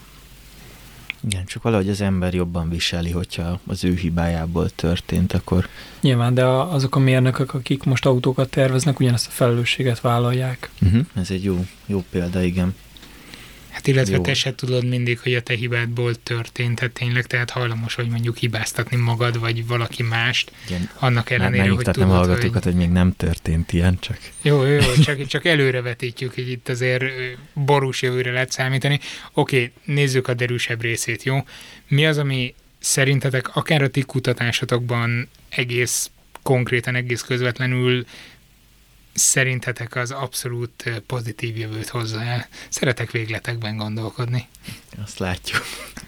Igen, csak valahogy az ember jobban viseli, hogyha az ő hibájából történt, akkor... Nyilván, de azok a mérnökök, akik most autókat terveznek, ugyanezt a felelősséget vállalják. Uh-huh, ez egy jó, jó példa, igen. Hát illetve jó. Te se tudod mindig, hogy a te hibádból történt, tehát tényleg, tehát hajlamos vagy mondjuk hibáztatni magad, vagy valaki mást, igen. Annak ellenére, hogy tudod, nem hallgatókat, hogy... hogy még nem történt ilyen, csak... Jó, jó, csak, csak előrevetítjük, hogy itt azért borús jövőre lehet számítani. Oké, nézzük a derűsebb részét, jó? Mi az, ami szerintetek akár a ti kutatásotokban egész konkrétan, egész közvetlenül szerintetek az abszolút pozitív jövőt hozza el? Szeretek végletekben gondolkodni. Azt látjuk.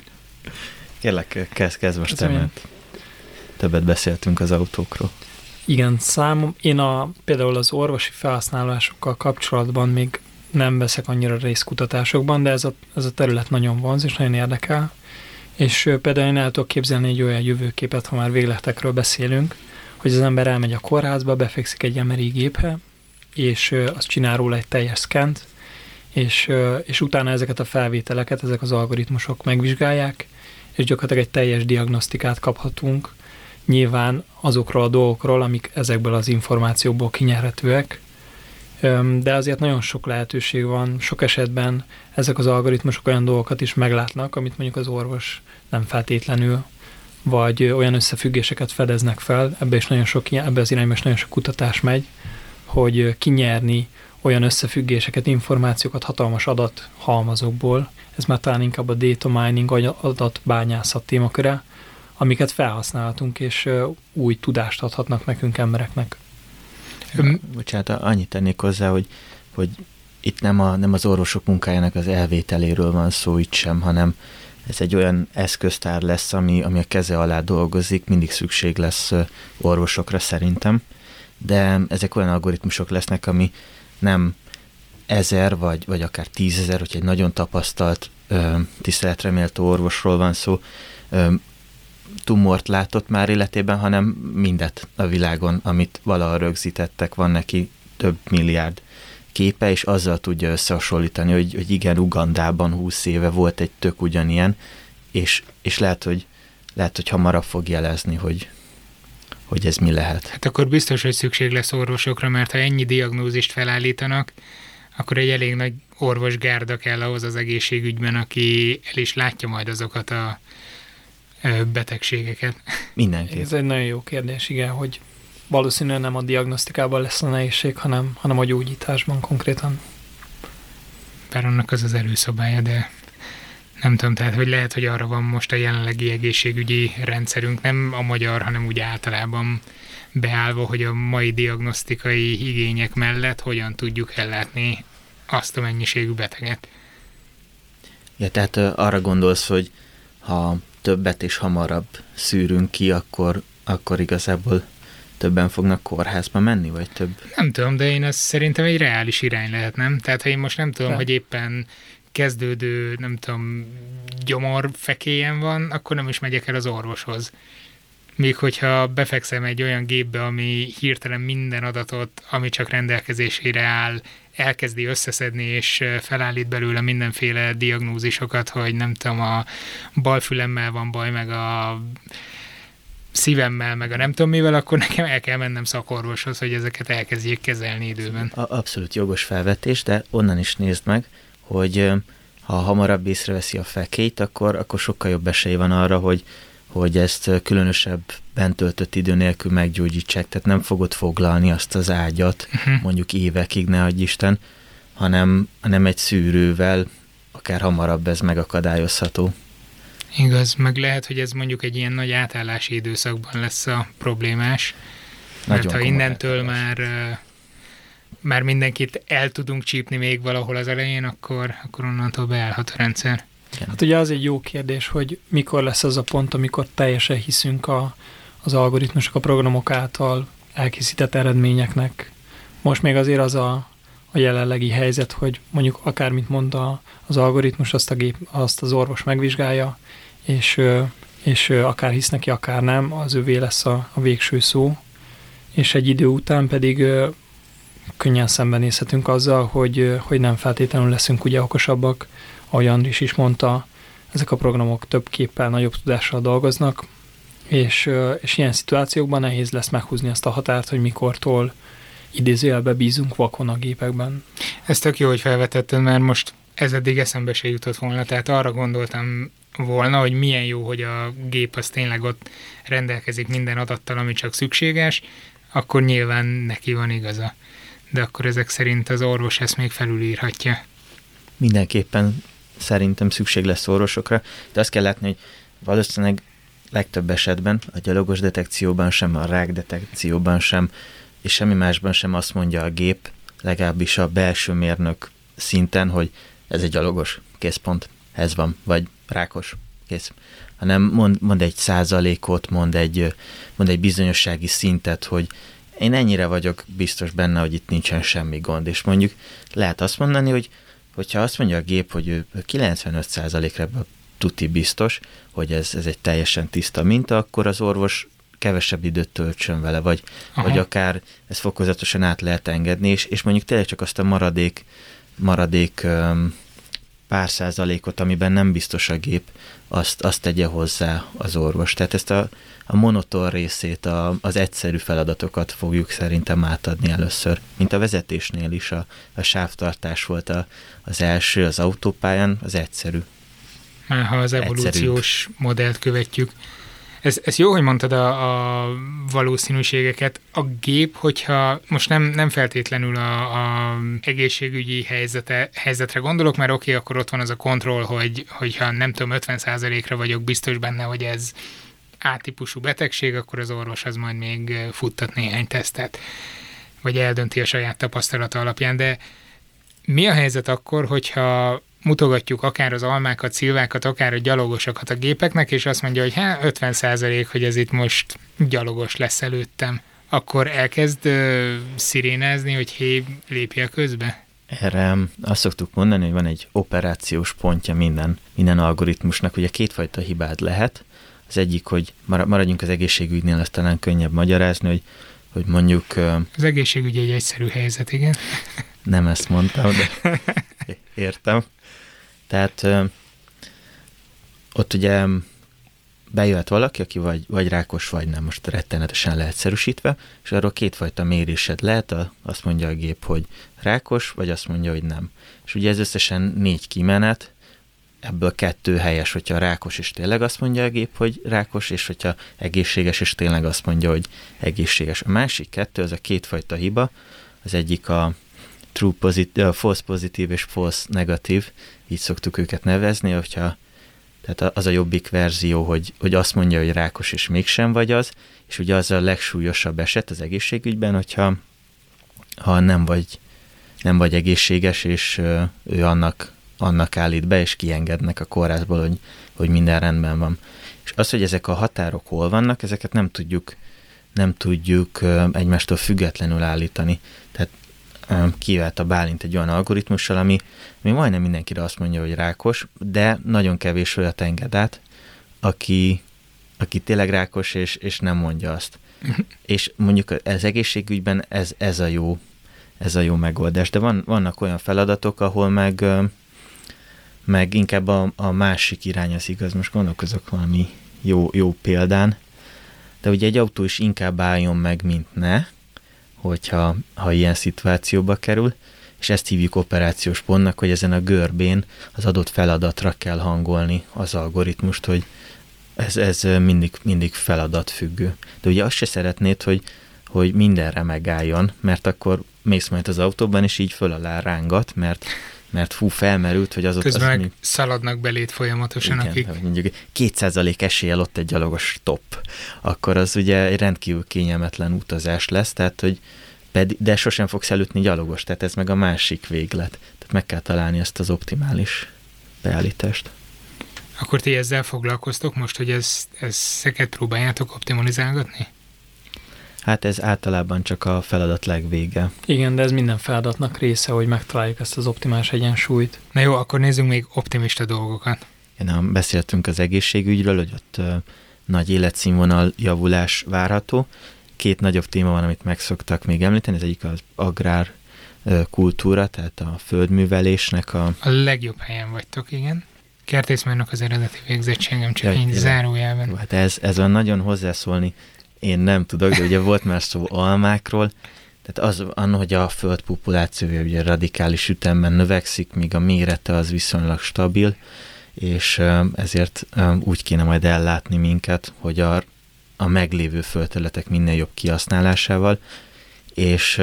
Kérlek, kezd, kezd most te, mert többet beszéltünk az autókról. Igen, számom, én a, például az orvosi felhasználásokkal kapcsolatban még nem veszek annyira részkutatásokban, de ez a, ez a terület nagyon vonz, és nagyon érdekel. És például én el tudok képzelni egy olyan jövőképet, ha már végletekről beszélünk, hogy az ember elmegy a kórházba, befekszik egy em er i gépre, és azt csinál róla egy teljes szkent, és, és utána ezeket a felvételeket, ezek az algoritmusok megvizsgálják, és gyakorlatilag egy teljes diagnosztikát kaphatunk, nyilván azokról a dolgokról, amik ezekből az információkból kinyerhetőek, de azért nagyon sok lehetőség van, sok esetben ezek az algoritmusok olyan dolgokat is meglátnak, amit mondjuk az orvos nem feltétlenül, vagy olyan összefüggéseket fedeznek fel, ebbe, is nagyon sok, ebbe az irányba is nagyon sok kutatás megy, hogy kinyerni olyan összefüggéseket, információkat hatalmas adathalmazokból, ez már talán inkább a data mining, vagy adatbányászat témaköre, amiket felhasználhatunk, és új tudást adhatnak nekünk embereknek. Bocsánat, annyit tennék hozzá, hogy, hogy itt nem, a, nem az orvosok munkájának az elvételéről van szó itt sem, hanem ez egy olyan eszköztár lesz, ami, ami a keze alá dolgozik, mindig szükség lesz orvosokra szerintem, de ezek olyan algoritmusok lesznek, ami nem ezer, vagy, vagy akár tízezer, hogy egy nagyon tapasztalt, tiszteletre méltó orvosról van szó, tumort látott már életében, hanem mindet a világon, amit valaha rögzítettek, van neki több milliárd képe, és azzal tudja összehasonlítani, hogy, hogy igen, Ugandában húsz éve volt egy tök ugyanilyen, és, és lehet, hogy, lehet, hogy hamarabb fog jelezni, hogy, hogy ez mi lehet. Hát akkor biztos, hogy szükség lesz orvosokra, mert ha ennyi diagnózist felállítanak, akkor egy elég nagy orvosgárda kell ahhoz az egészségügyben, aki el is látja majd azokat a betegségeket. Mindenképp. Ez egy nagyon jó kérdés, igen, hogy valószínűleg nem a diagnosztikában lesz a nehézség, hanem, hanem a gyógyításban konkrétan. Bár annak az az előszabálya, de Nem tudom, tehát hogy lehet, hogy arra van most a jelenlegi egészségügyi rendszerünk, nem a magyar, hanem úgy általában beállva, hogy a mai diagnosztikai igények mellett hogyan tudjuk ellátni azt a mennyiségű beteget. Ja, tehát arra gondolsz, hogy ha többet és hamarabb szűrünk ki, akkor, akkor igazából többen fognak kórházba menni, vagy több? Nem tudom, de én azt szerintem egy reális irány lehet, nem? Tehát ha én most nem tudom, de. hogy éppen kezdődő, nem tudom, gyomorfekélyen van, akkor nem is megyek el az orvoshoz. Míg hogyha befekszem egy olyan gépbe, ami hirtelen minden adatot, ami csak rendelkezésére áll, elkezdi összeszedni, és felállít belőle mindenféle diagnózisokat, hogy nem tudom, a balfülemmel van baj, meg a szívemmel, meg a nem tudom mivel, akkor nekem el kell mennem szakorvoshoz, hogy ezeket elkezdjék kezelni időben. Abszolút jogos felvetés, de onnan is nézd meg, hogy ha hamarabb észreveszi a fekélyt, akkor, akkor sokkal jobb esély van arra, hogy, hogy ezt különösebb bent töltött idő nélkül meggyógyítsák, tehát nem fogod foglalni azt az ágyat, uh-huh. mondjuk évekig, ne adj Isten, hanem, hanem egy szűrővel akár hamarabb ez megakadályozható. Igaz, meg lehet, hogy ez mondjuk egy ilyen nagy átállási időszakban lesz a problémás, nagyon mert ha innentől már, már mindenkit el tudunk csípni még valahol az elején, akkor, akkor onnantól beállhat a rendszer. Hát ugye az egy jó kérdés, hogy mikor lesz az a pont, amikor teljesen hiszünk a, az algoritmusok, a programok által elkészített eredményeknek. Most még azért az a, a jelenlegi helyzet, hogy mondjuk akármit mond a, az algoritmus, azt, a gép, azt az orvos megvizsgálja, és, és akár hisz neki, akár nem, az övé lesz a, a végső szó, és egy idő után pedig könnyen szembenézhetünk azzal, hogy, hogy nem feltétlenül leszünk ugye okosabbak, ahogy Andris is mondta, ezek a programok több képpel, nagyobb tudással dolgoznak, és, és ilyen szituációkban nehéz lesz meghúzni azt a határt, hogy mikortól idézőjelbe bízunk vakon a gépekben. Ez tök jó, hogy felvetetted, mert most ez eddig eszembe se jutott volna, tehát arra gondoltam volna, hogy milyen jó, hogy a gép az tényleg ott rendelkezik minden adattal, ami csak szükséges, akkor nyilván neki van igaza. De akkor ezek szerint az orvos ezt még felülírhatja. Mindenképpen szerintem szükség lesz orvosokra, de azt kell látni, hogy valószínűleg legtöbb esetben a gyalogos detekcióban sem, a rák detekcióban sem, és semmi másban sem azt mondja a gép, legalábbis a belső mérnök szinten, hogy ez egy gyalogos, kész pont, ez van, vagy rákos, kész. Hanem mond, mond egy százalékot, mond egy, mond egy bizonyossági szintet, hogy én ennyire vagyok biztos benne, hogy itt nincsen semmi gond, és mondjuk lehet azt mondani, hogy hogyha azt mondja a gép, hogy ő kilencvenöt százalékra tuti biztos, hogy ez, ez egy teljesen tiszta minta, akkor az orvos kevesebb időt töltsön vele, vagy, vagy akár ezt fokozatosan át lehet engedni, és, és mondjuk tényleg csak azt a maradék, maradék um, pár százalékot, amiben nem biztos a gép, azt, azt tegye hozzá az orvos. Tehát ezt a, a monoton részét, a, az egyszerű feladatokat fogjuk szerintem átadni először. Mint a vezetésnél is a, a sávtartás volt a, az első, az autópályán, az egyszerű. Már ha az evolúciós Egyszerűbb. modellt követjük. Ez, ez jó, hogy mondtad a, a valószínűségeket. A gép, hogyha most nem, nem feltétlenül a, a egészségügyi helyzete, helyzetre gondolok, mert oké, okay, akkor ott van az a kontroll, hogy, hogyha nem tudom, ötven százalékra vagyok biztos benne, hogy ez A-típusú betegség, akkor az orvos az majd még futtat néhány tesztet, vagy eldönti a saját tapasztalata alapján. De mi a helyzet akkor, hogyha mutogatjuk akár az almákat, szilvákat, akár a gyalogosokat a gépeknek, és azt mondja, hogy hát ötven százalék, hogy ez itt most gyalogos lesz előttem, akkor elkezd uh, szirénázni, hogy hé, lépje közbe? Erre azt szoktuk mondani, hogy van egy operációs pontja minden, minden algoritmusnak. Ugye kétfajta hibád lehet. Az egyik, hogy maradjunk az egészségügynél, azt talán könnyebb magyarázni, hogy, hogy mondjuk... Uh, az egészségügy egy egyszerű helyzet, igen. Nem ezt mondtam, de értem. Tehát ö, ott ugye bejöhet valaki, aki vagy, vagy rákos, vagy nem, most rettenetesen leegyszerűsítve, és arról kétfajta mérésed lehet, a, azt mondja a gép, hogy rákos, vagy azt mondja, hogy nem. És ugye ez összesen négy kimenet, ebből kettő helyes, hogyha rákos, és tényleg azt mondja a gép, hogy rákos, és hogyha egészséges, és tényleg azt mondja, hogy egészséges. A másik kettő, az a kétfajta hiba, az egyik a true pozitív, false pozitív és false negatív, így szoktuk őket nevezni, hogyha Tehát az a jobbik verzió, hogy, hogy azt mondja, hogy rákos, és mégsem vagy az, és ugye az a legsúlyosabb eset az egészségügyben, hogyha ha nem vagy, nem vagy egészséges, és ő annak, annak állít be, és kiengednek a kórházból, hogy, hogy minden rendben van. És az, hogy ezek a határok hol vannak, ezeket nem tudjuk, nem tudjuk egymástól függetlenül állítani. Tehát kivált a Bálint egy olyan algoritmussal, ami, ami majdnem mindenkire azt mondja, hogy rákos, de nagyon kevés olyat enged át, aki, aki tényleg rákos, és, és nem mondja azt. És mondjuk az egészségügyben ez, ez, a jó, ez a jó megoldás. De van, vannak olyan feladatok, ahol meg, meg inkább a, a másik irány az igaz. Most gondolkozok valami jó, jó példán. De ugye egy autó is inkább álljon meg, mint ne, hogyha ha ilyen szituációba kerül, és ezt hívjuk operációs pontnak, hogy ezen a görbén az adott feladatra kell hangolni az algoritmust, hogy ez, ez mindig, mindig feladatfüggő. De ugye azt se szeretnéd, hogy, hogy mindenre megálljon, mert akkor mész majd az autóban, és így föl alá rángat, mert, mert fú, felmerült, hogy az ott... Közben meg mi... szaladnak beléd folyamatosan, igen, akik... mondjuk két százalék eséllyel ott egy gyalogos stop, akkor az ugye egy rendkívül kényelmetlen utazás lesz, tehát, hogy pedig, de sosem fogsz elütni gyalogos, tehát ez meg a másik véglet. Tehát meg kell találni ezt az optimális beállítást. Akkor ti ezzel foglalkoztok most, hogy ez, ezeket próbáljátok optimalizálgatni? Hát ez általában csak a feladat legvége. Igen, de ez minden feladatnak része, hogy megtaláljuk ezt az optimális egyensúlyt. Na jó, akkor nézzünk még optimista dolgokat. Igen, beszéltünk az egészségügyről, hogy ott uh, nagy életszínvonal javulás várható. Két nagyobb téma van, amit meg szoktak még említeni, ez egyik az agrár uh, kultúra, tehát a földművelésnek a... A legjobb helyen vagytok, igen. Kertészmérnök az eredeti végzettségem, csak ja, így zárójelben. Hát ez, ez van nagyon hozzászólni, én nem tudok, de ugye volt már szó almákról, tehát az, anno, hogy a föld populációja ugye radikális ütemben növekszik, míg a mérete az viszonylag stabil, és ezért úgy kéne majd ellátni minket, hogy a, a meglévő földterületek minél jobb kihasználásával, és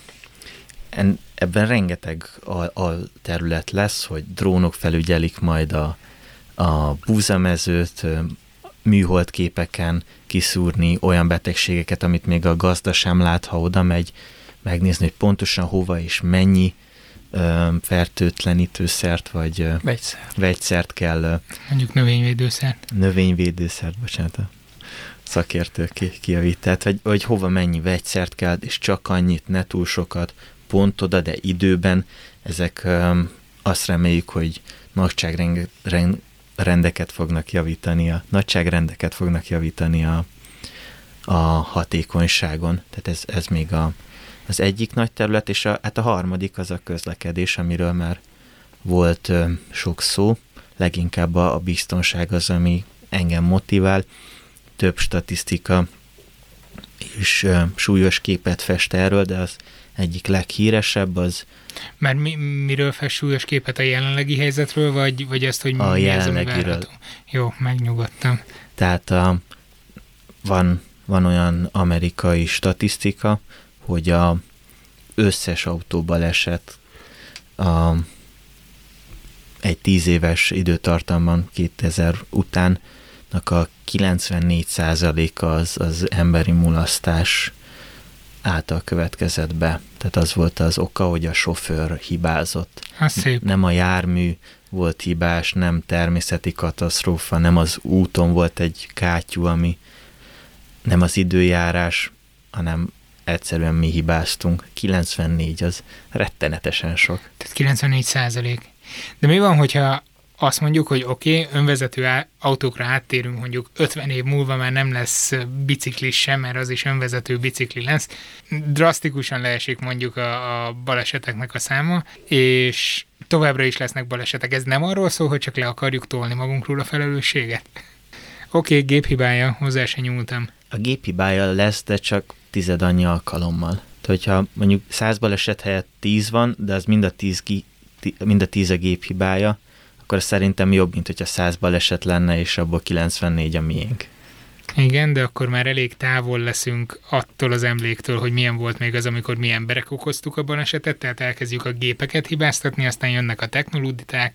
ebben rengeteg alterület lesz, hogy drónok felügyelik majd a, a búzamezőt, műholdképeken kiszúrni olyan betegségeket, amit még a gazda sem lát, ha oda megy, megnézni, hogy pontosan hova és mennyi ö, fertőtlenítőszert vagy ö, vegyszert. vegyszert kell. Ö, Mondjuk növényvédőszert. Növényvédőszert, bocsánat, a szakértő ki, kijavít. Tehát, hogy, hogy hova mennyi vegyszert kell, és csak annyit, ne túl sokat, pont oda, de időben. Ezek ö, azt reméljük, hogy nagyságrend rendeket fognak javítani, a nagyságrendeket fognak javítani a, a hatékonyságon. Tehát ez, ez még a, az egyik nagy terület, és a, hát a harmadik az a közlekedés, amiről már volt ö, sok szó. Leginkább a, a biztonság az, ami engem motivál. Több statisztika és ö, súlyos képet fest erről, de az egyik leghíresebb az... Mert mi, miről fest súlyos képet, a jelenlegi helyzetről, vagy, vagy ezt, hogy a mi ez, ami várható? Jó, megnyugodtam. Tehát a, van, van olyan amerikai statisztika, hogy a összes autóbaleset a, egy tíz éves időtartamban kétezer utánnak a kilencvennégy százaléka az, az emberi mulasztás által következett be. Tehát az volt az oka, hogy a sofőr hibázott. Szép. Nem a jármű volt hibás, nem természeti katasztrófa, nem az úton volt egy kátyú, ami nem az időjárás, hanem egyszerűen mi hibáztunk. kilencvennégy az rettenetesen sok. Tehát kilencvennégy százalék. De mi van, hogyha azt mondjuk, hogy oké, okay, önvezető á- autókra áttérünk, mondjuk ötven év múlva már nem lesz biciklis sem, mert az is önvezető bicikli lesz. Drasztikusan leesik mondjuk a, a baleseteknek a száma, és továbbra is lesznek balesetek. Ez nem arról szól, hogy csak le akarjuk tolni magunkról a felelősséget? Oké, okay, géphibája, hozzá se nyúltam. A géphibája lesz, de csak tized annyi alkalommal. Tehát, hogyha mondjuk száz baleset helyett tíz van, de az mind a tíz, mind a tíz a géphibája, akkor szerintem jobb, mint hogyha száz baleset lenne, és abból kilencvennégy a miénk. Igen, de akkor már elég távol leszünk attól az emléktől, hogy milyen volt még az, amikor mi emberek okoztuk a balesetet, tehát elkezdjük a gépeket hibáztatni, aztán jönnek a technoluditák,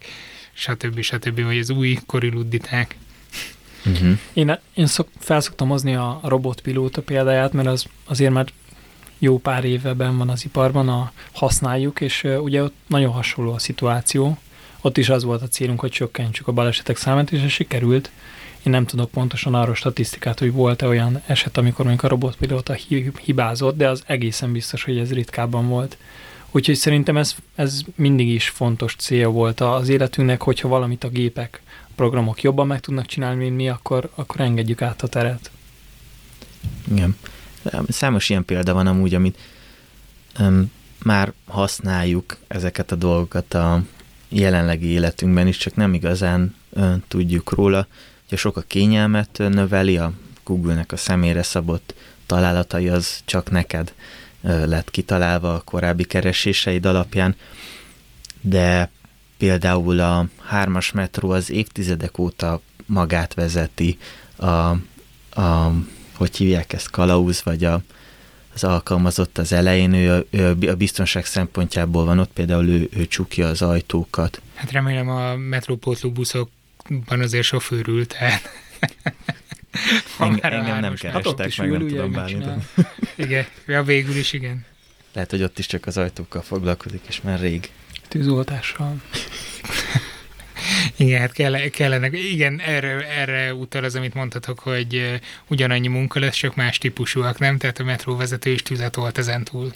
stb. stb. Vagy az új kori ludditák. Uh-huh. Én, én szok, felszoktam hozni a robotpilóta példáját, mert az azért már jó pár éveben van az iparban, a, használjuk, és uh, ugye ott nagyon hasonló a szituáció. Ott is az volt a célunk, hogy csökkentsük a balesetek számát, és ez sikerült. Én nem tudok pontosan arról statisztikát, hogy volt-e olyan eset, amikor mondjuk a robotpilóta hibázott, de az egészen biztos, hogy ez ritkábban volt. Úgyhogy szerintem ez, ez mindig is fontos cél volt az életünknek, hogyha valamit a gépek, a programok jobban meg tudnak csinálni, mint mi, akkor, akkor engedjük át a teret. Igen. Számos ilyen példa van amúgy, amit um, már használjuk ezeket a dolgokat a jelenlegi életünkben is, csak nem igazán uh, tudjuk róla. Ugye sok a kényelmet növeli, a Google-nek a személyre szabott találatai az csak neked uh, lett kitalálva a korábbi kereséseid alapján, de például a hármas metró az évtizedek óta magát vezeti, a, a hogy hívják ezt, kalauz, vagy a, az alkalmazott az elején, ő, ő a biztonság szempontjából van ott, például ő, ő csukja az ajtókat. Hát remélem a metrópótló buszokban azért sofőrül, tehát... Engem, engem nem kerestek, meg nem tudom bálintani. Igen, ja, végül is igen. Lehet, hogy ott is csak az ajtókkal foglalkozik, és már rég. Tűzoltással. Igen, hát kell, kellene, igen, erre, erre utal az, amit mondhatok, hogy uh, ugyanannyi munka lesz, csak más típusúak, nem? Tehát a metróvezető is tüzet volt ezentúl.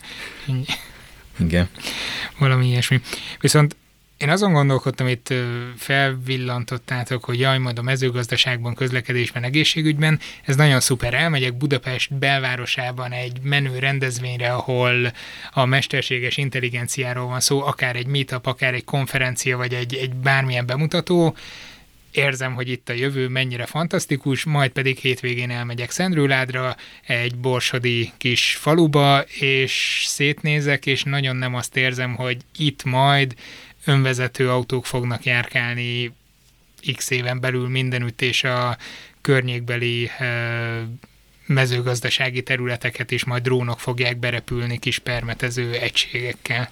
Igen. Valami ilyesmi. Viszont én azon gondolkodtam, itt felvillantottátok, hogy jaj, majd a mezőgazdaságban, közlekedésben, egészségügyben, ez nagyon szuper. Elmegyek Budapest belvárosában egy menő rendezvényre, ahol a mesterséges intelligenciáról van szó, akár egy meetup, akár egy konferencia, vagy egy, egy bármilyen bemutató, érzem, hogy itt a jövő mennyire fantasztikus, majd pedig hétvégén elmegyek Szendrőládra, egy borsodi kis faluba, és szétnézek, és nagyon nem azt érzem, hogy itt majd önvezető autók fognak járkálni x éven belül mindenütt, és a környékbeli mezőgazdasági területeket is majd drónok fogják berepülni kis permetező egységekkel.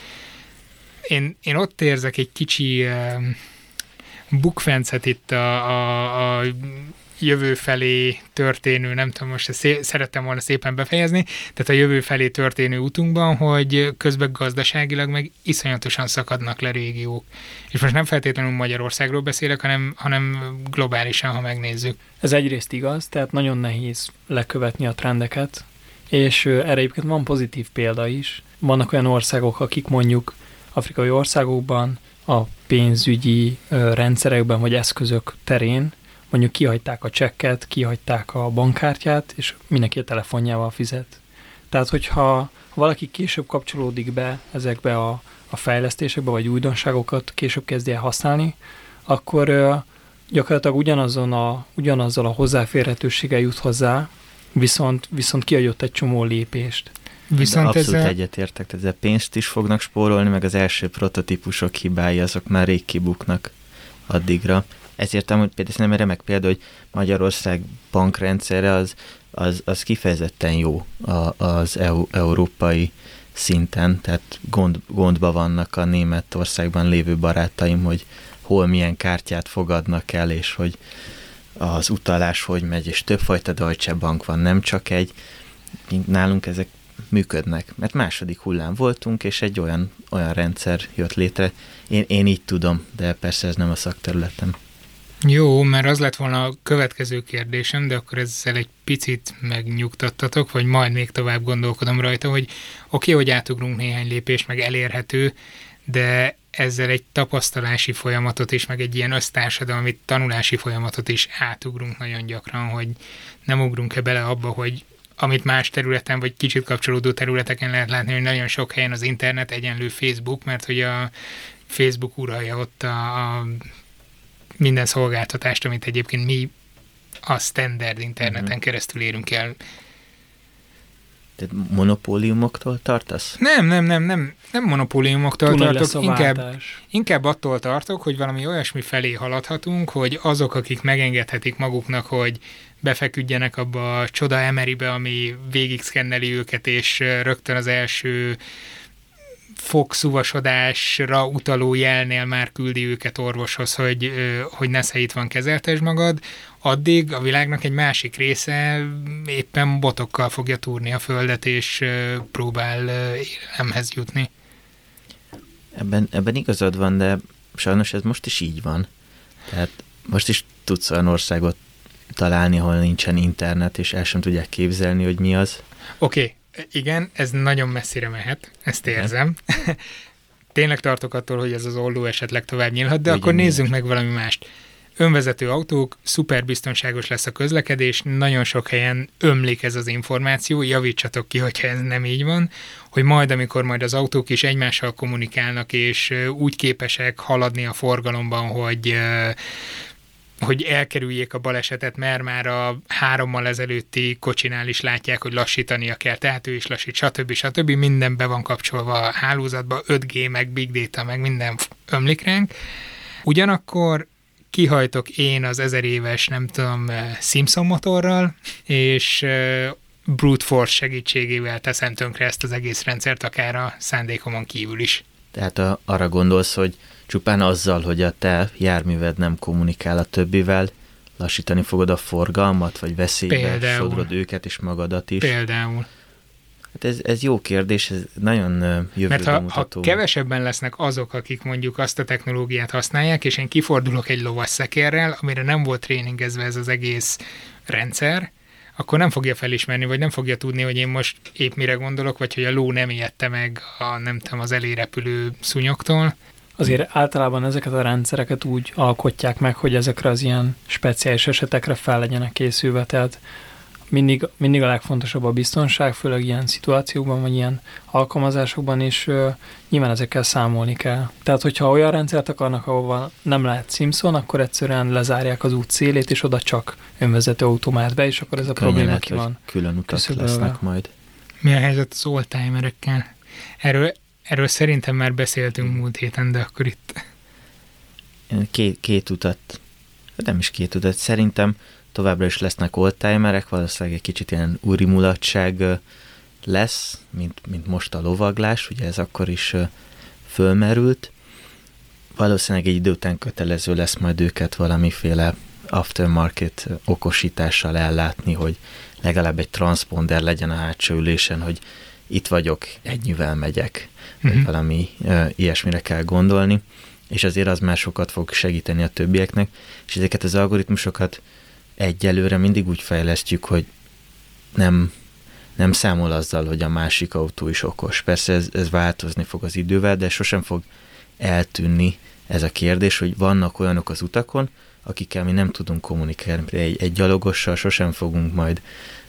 Én, én ott érzek egy kicsi bukfencet itt a, a, a jövő felé történő, nem tudom, most ezt szerettem volna szépen befejezni, tehát a jövő felé történő útunkban, hogy közben gazdaságilag meg iszonyatosan szakadnak le régiók. És most nem feltétlenül Magyarországról beszélek, hanem, hanem globálisan, ha megnézzük. Ez egyrészt igaz, tehát nagyon nehéz lekövetni a trendeket, és erre egyébként van pozitív példa is. Vannak olyan országok, akik mondjuk afrikai országokban a pénzügyi rendszerekben vagy eszközök terén mondjuk kihagyták a csekket, kihagyták a bankkártyát, és mindenki a telefonjával fizet. Tehát, hogyha valaki később kapcsolódik be ezekbe a, a fejlesztésekbe, vagy újdonságokat később kezdje el használni, akkor uh, gyakorlatilag ugyanazon a, ugyanazzal a hozzáférhetőséggel jut hozzá, viszont, viszont kihagyott egy csomó lépést. Viszont abszolút ezzel... egyetértek, tehát ezzel pénzt is fognak spórolni, meg az első prototípusok hibái, azok már rég kibuknak addigra. Ezért amúgy például nem remek példa, hogy Magyarország bankrendszere az, az, az kifejezetten jó az EU, európai szinten, tehát gond, gondba vannak a Németországban lévő barátaim, hogy hol milyen kártyát fogadnak el, és hogy az utalás hogy megy, és többfajta Deutsche Bank van, nem csak egy. Nálunk ezek működnek, mert második hullám voltunk, és egy olyan, olyan rendszer jött létre. Én, én így tudom, de persze ez nem a szakterületem. Jó, mert az lett volna a következő kérdésem, de akkor ezzel egy picit megnyugtattatok, vagy majd még tovább gondolkodom rajta, hogy oké, okay, hogy átugrunk néhány lépést, meg elérhető, de ezzel egy tapasztalási folyamatot is, meg egy ilyen össztársadalmi tanulási folyamatot is átugrunk nagyon gyakran, hogy nem ugrunk-e bele abba, hogy amit más területen, vagy kicsit kapcsolódó területeken lehet látni, hogy nagyon sok helyen az internet egyenlő Facebook, mert hogy a Facebook uralja ott a, a minden szolgáltatást, amit egyébként mi a standard interneten uh-huh. keresztül érünk el. Tehát monopóliumoktól tartasz? Nem, nem, nem, nem, nem monopóliumoktól Tuna tartok, inkább, inkább attól tartok, hogy valami olyasmi felé haladhatunk, hogy azok, akik megengedhetik maguknak, hogy befeküdjenek abba a csoda emeribe, ami végig szkenneli őket, és rögtön az első fogszúvasodásra utaló jelnél már küldi őket orvoshoz, hogy, hogy nesze itt van, kezeltesd magad, addig a világnak egy másik része éppen botokkal fogja túrni a földet, és próbál élelemhez jutni. Ebben, ebben igazad van, de sajnos ez most is így van. Tehát most is tudsz olyan országot találni, ahol nincsen internet, és el sem tudják képzelni, hogy mi az. Oké, okay. Igen, ez nagyon messzire mehet, ezt érzem. Tényleg tartok attól, hogy ez az olló esetleg tovább nyílhat, de Ugyan akkor nézzünk meg valami mást. Önvezető autók, szuper biztonságos lesz a közlekedés, nagyon sok helyen ömlik ez az információ, javítsatok ki, hogyha ez nem így van, hogy majd, amikor majd az autók is egymással kommunikálnak, és úgy képesek haladni a forgalomban, hogy hogy elkerüljék a balesetet, mert már a hárommal ezelőtti kocsinál is látják, hogy lassítania kell, tehát ő is lassít, stb. stb. Minden be van kapcsolva a hálózatba, öt G, meg Big Data, meg minden ömlik ránk. Ugyanakkor kihajtok én az ezer éves, nem tudom, Simpson motorral, és brute force segítségével teszem tönkre ezt az egész rendszert, akár a szándékomon kívül is. Tehát a, arra gondolsz, hogy csupán azzal, hogy a te járműved nem kommunikál a többivel, lassítani fogod a forgalmat, vagy veszélybe Például. sodrod őket és magadat is. Például. Hát ez, ez jó kérdés, ez nagyon jövőbe Mert ha, mutató. ha kevesebben lesznek azok, akik mondjuk azt a technológiát használják, és én kifordulok egy lovas szekérrel, amire nem volt tréningezve ez az egész rendszer, akkor nem fogja felismerni, vagy nem fogja tudni, hogy én most épp mire gondolok, vagy hogy a ló nem ijedte meg a, nem tudom, az elérepülő szúnyoktól. Azért általában ezeket a rendszereket úgy alkotják meg, hogy ezekre az ilyen speciális esetekre fel legyenek készülve, tehát mindig, mindig a legfontosabb a biztonság, főleg ilyen szituációkban, vagy ilyen alkalmazásokban is uh, nyilván ezekkel számolni kell. Tehát, hogyha olyan rendszert akarnak, ahova nem lehet Simpson, akkor egyszerűen lezárják az út szélét, és oda csak önvezető autó be, és akkor ez a Könnyen probléma lehet, ki van. Külön utak lesznek majd. Mi a helyzet az oldtimerekkel? Erről, erről szerintem már beszéltünk múlt héten, de akkor itt... Két, két utat, nem is két utat, szerintem továbbra is lesznek oldtimerek, valószínűleg egy kicsit ilyen úri mulatság lesz, mint, mint most a lovaglás, ugye ez akkor is fölmerült. Valószínűleg egy idő után kötelező lesz majd őket valamiféle aftermarket okosítással ellátni, hogy legalább egy transponder legyen a hátsó ülésen, hogy itt vagyok, ennyivel megyek, vagy uh-huh. valami uh, ilyesmire kell gondolni, és azért az már sokat fog segíteni a többieknek, és ezeket az algoritmusokat egyelőre mindig úgy fejlesztjük, hogy nem, nem számol azzal, hogy a másik autó is okos. Persze ez, ez változni fog az idővel, de sosem fog eltűnni ez a kérdés, hogy vannak olyanok az utakon, akikkel mi nem tudunk kommunikálni. Egy, egy gyalogossal sosem fogunk majd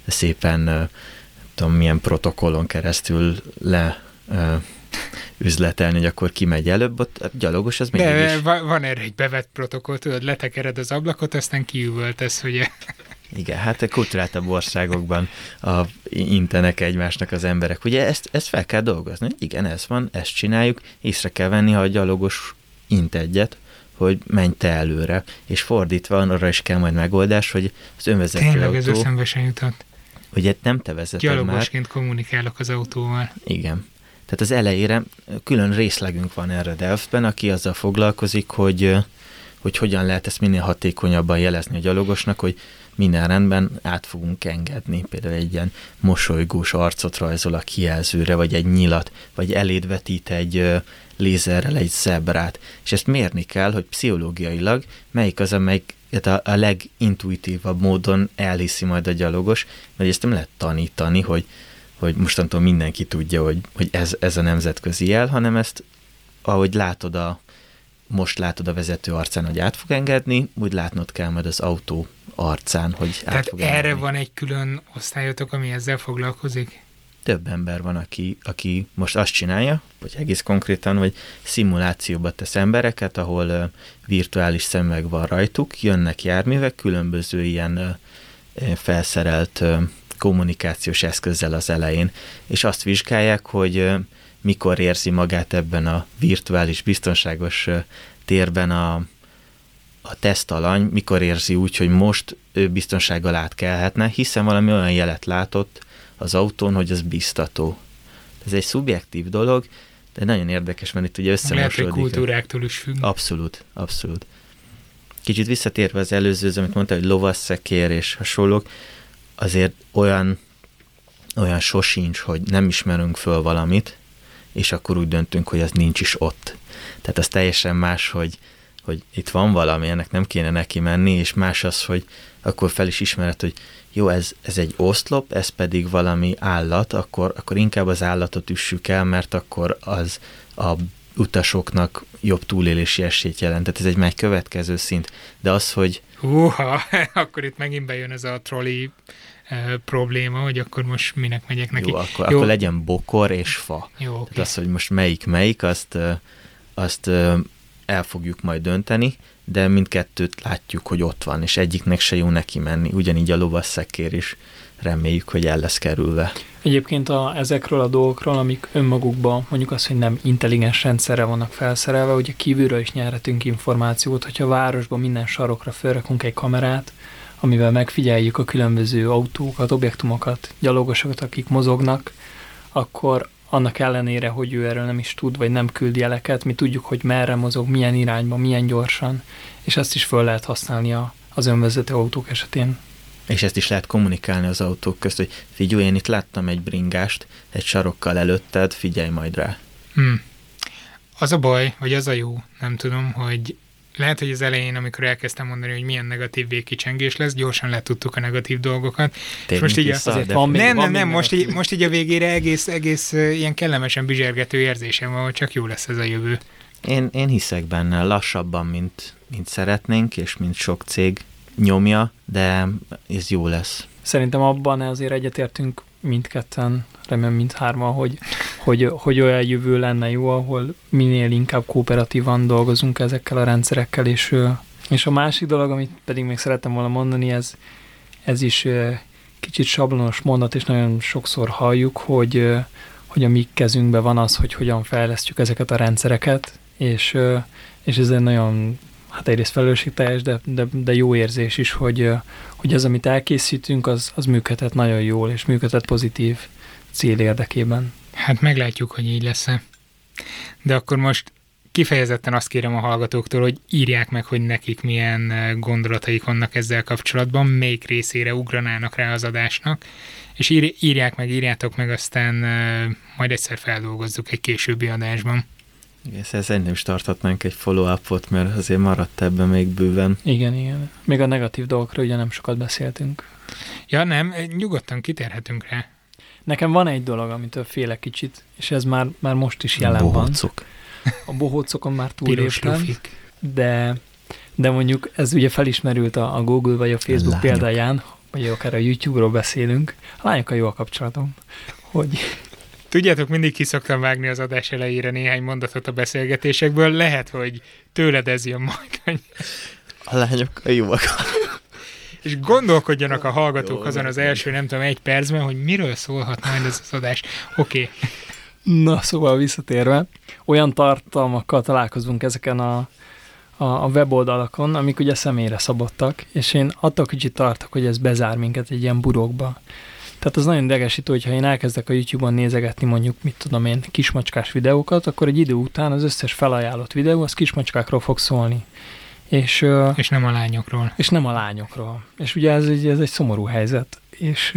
szépen, tudom, milyen protokollon keresztül le uh, üzletelni, hogy akkor ki megy előbb, ott a gyalogos az mindig De is... van erre egy bevett protokoll, tudod, letekered az ablakot, aztán kiüvöltesz, ugye? Igen, hát a kulturáltabb országokban a intenek egymásnak az emberek. Ugye ezt, ezt fel kell dolgozni. Igen, ez van, ezt csináljuk, észre kell venni, ha a gyalogos int egyet, hogy menj te előre, és fordítva arra is kell majd megoldás, hogy az önvezető Tényleg autó... Tényleg ez eszembe sem jutott. Ugye nem te vezeted már. Gyalogosként kommunikálok az autóval. Igen. Tehát az elejére külön részlegünk van erre Delftben, aki azzal foglalkozik, hogy, hogy hogyan lehet ezt minél hatékonyabban jelezni a gyalogosnak, hogy minden rendben át fogunk engedni. Például egy ilyen mosolygós arcot rajzol a kijelzőre, vagy egy nyilat, vagy eléd vetít egy lézerrel egy zebrát. És ezt mérni kell, hogy pszichológiailag melyik az, amelyik a, a legintuitívabb módon elhiszi majd a gyalogos, mert ezt nem lehet tanítani, hogy hogy mostantól mindenki tudja, hogy, hogy ez, ez a nemzetközi jel, hanem ezt, ahogy látod a, most látod a vezető arcán, hogy át fog engedni, úgy látnod kell majd az autó arcán, hogy át Tehát fog erre engedni. van egy külön osztályotok, ami ezzel foglalkozik? Több ember van, aki, aki most azt csinálja, vagy egész konkrétan, hogy szimulációba tesz embereket, ahol uh, virtuális szemüveg van rajtuk, jönnek járművek, különböző ilyen uh, felszerelt uh, kommunikációs eszközzel az elején, és azt vizsgálják, hogy mikor érzi magát ebben a virtuális, biztonságos térben a, a tesztalany, mikor érzi úgy, hogy most ő biztonsággal átkelhetne, hiszen valami olyan jelet látott az autón, hogy az biztató. Ez egy szubjektív dolog, de nagyon érdekes, mert itt ugye összemosódik. Lehet, hogy kultúráktól is függ. Abszolút, abszolút. Kicsit visszatérve az előzőhöz, amit mondta, hogy lovasszekér és hasonlók, azért olyan, olyan sosincs, hogy nem ismerünk föl valamit, és akkor úgy döntünk, hogy az nincs is ott. Tehát az teljesen más, hogy, hogy itt van valami, ennek nem kéne neki menni, és más az, hogy akkor fel is ismered, hogy jó, ez, ez egy oszlop, ez pedig valami állat, akkor, akkor inkább az állatot üssük el, mert akkor az a utasoknak jobb túlélési esélyt jelent. Tehát ez egy már egy következő szint. De az, hogy... Húha, akkor itt megint bejön ez a trolli e, probléma, hogy akkor most minek megyek neki. Jó, akkor, jó. akkor legyen bokor és fa. Jó, Tehát okay. az, hogy most melyik melyik, azt, azt el fogjuk majd dönteni, de mindkettőt látjuk, hogy ott van, és egyiknek se jó neki menni. Ugyanígy a lovasszekér is, reméljük, hogy el lesz kerülve. Egyébként a, ezekről a dolgokról, amik önmagukban, mondjuk azt, hogy nem intelligens rendszerre vannak felszerelve, ugye kívülről is nyerhetünk információt, hogyha a városban minden sarokra felrakunk egy kamerát, amivel megfigyeljük a különböző autókat, objektumokat, gyalogosokat, akik mozognak, akkor annak ellenére, hogy ő erről nem is tud, vagy nem küld jeleket, mi tudjuk, hogy merre mozog, milyen irányba, milyen gyorsan, és ezt is föl lehet használni a, az önvezető autók esetén. És ezt is lehet kommunikálni az autók közt, hogy figyelj, én itt láttam egy bringást, egy sarokkal előtted, figyelj majd rá. Hmm. Az a baj, vagy az a jó, nem tudom, hogy lehet, hogy az elején, amikor elkezdtem mondani, hogy milyen negatív végkicsengés lesz, gyorsan letudtuk a negatív dolgokat. És most így vissza, a... de... van még, nem, nem, nem, most így, most így a végére egész, egész ilyen kellemesen bizsergető érzésem van, hogy csak jó lesz ez a jövő. Én, én hiszek benne, lassabban, mint, mint szeretnénk, és mint sok cég nyomja, de ez jó lesz. Szerintem abban azért egyetértünk mindketten, remélem mindhárman, hogy, hogy, hogy olyan jövő lenne jó, ahol minél inkább kooperatívan dolgozunk ezekkel a rendszerekkel, és, és a másik dolog, amit pedig még szerettem volna mondani, ez, ez is kicsit sablonos mondat, és nagyon sokszor halljuk, hogy, hogy a mi kezünkben van az, hogy hogyan fejlesztjük ezeket a rendszereket, és, és ez egy nagyon, hát egyrészt felelősségteljes, de, de, de jó érzés is, hogy, hogy az, amit elkészítünk, az, az működhet nagyon jól, és működhet pozitív cél érdekében. Hát meglátjuk, hogy így lesz-e. De akkor most kifejezetten azt kérem a hallgatóktól, hogy írják meg, hogy nekik milyen gondolataik vannak ezzel kapcsolatban, melyik részére ugranának rá az adásnak, és ír, írják meg, írjátok meg, aztán majd egyszer feldolgozzuk egy későbbi adásban. Igen, szerintem is tarthatnánk egy follow-upot, mert azért maradt ebben még bőven. Igen, igen. Még a negatív dolgokról ugye nem sokat beszéltünk. Ja, nem, nyugodtan kitérhetünk rá. Nekem van egy dolog, amitől félek kicsit, és ez már, már most is jelen van. Bohócok. A bohócokon már túléptem, de, de mondjuk ez ugye felismerült a, a Google vagy a Facebook Lányok. példáján, vagy akár a YouTube-ról beszélünk. A lányokkal jó a kapcsolatom, hogy... Tudjátok, mindig ki szoktam vágni az adás elejére néhány mondatot a beszélgetésekből. Lehet, hogy tőled ez jön majd. A lányokkal jóak. És gondolkodjanak a hallgatók Jó, azon az első, nem tudom, egy percben, hogy miről szólhat majd ez az adás. Oké. Okay. Na, szóval visszatérve, olyan tartalmakkal találkozunk ezeken a, a, a weboldalakon, amik ugye személyre szabottak, és én attól kicsit tartok, hogy ez bezár minket egy ilyen burokba. Tehát az nagyon idegesítő, hogyha én elkezdek a YouTube-on nézegetni mondjuk, mit tudom én, kismacskás videókat, akkor egy idő után az összes felajánlott videó az kismacskákról fog szólni. És, és nem a lányokról. És nem a lányokról. És ugye ez egy, ez egy szomorú helyzet. És,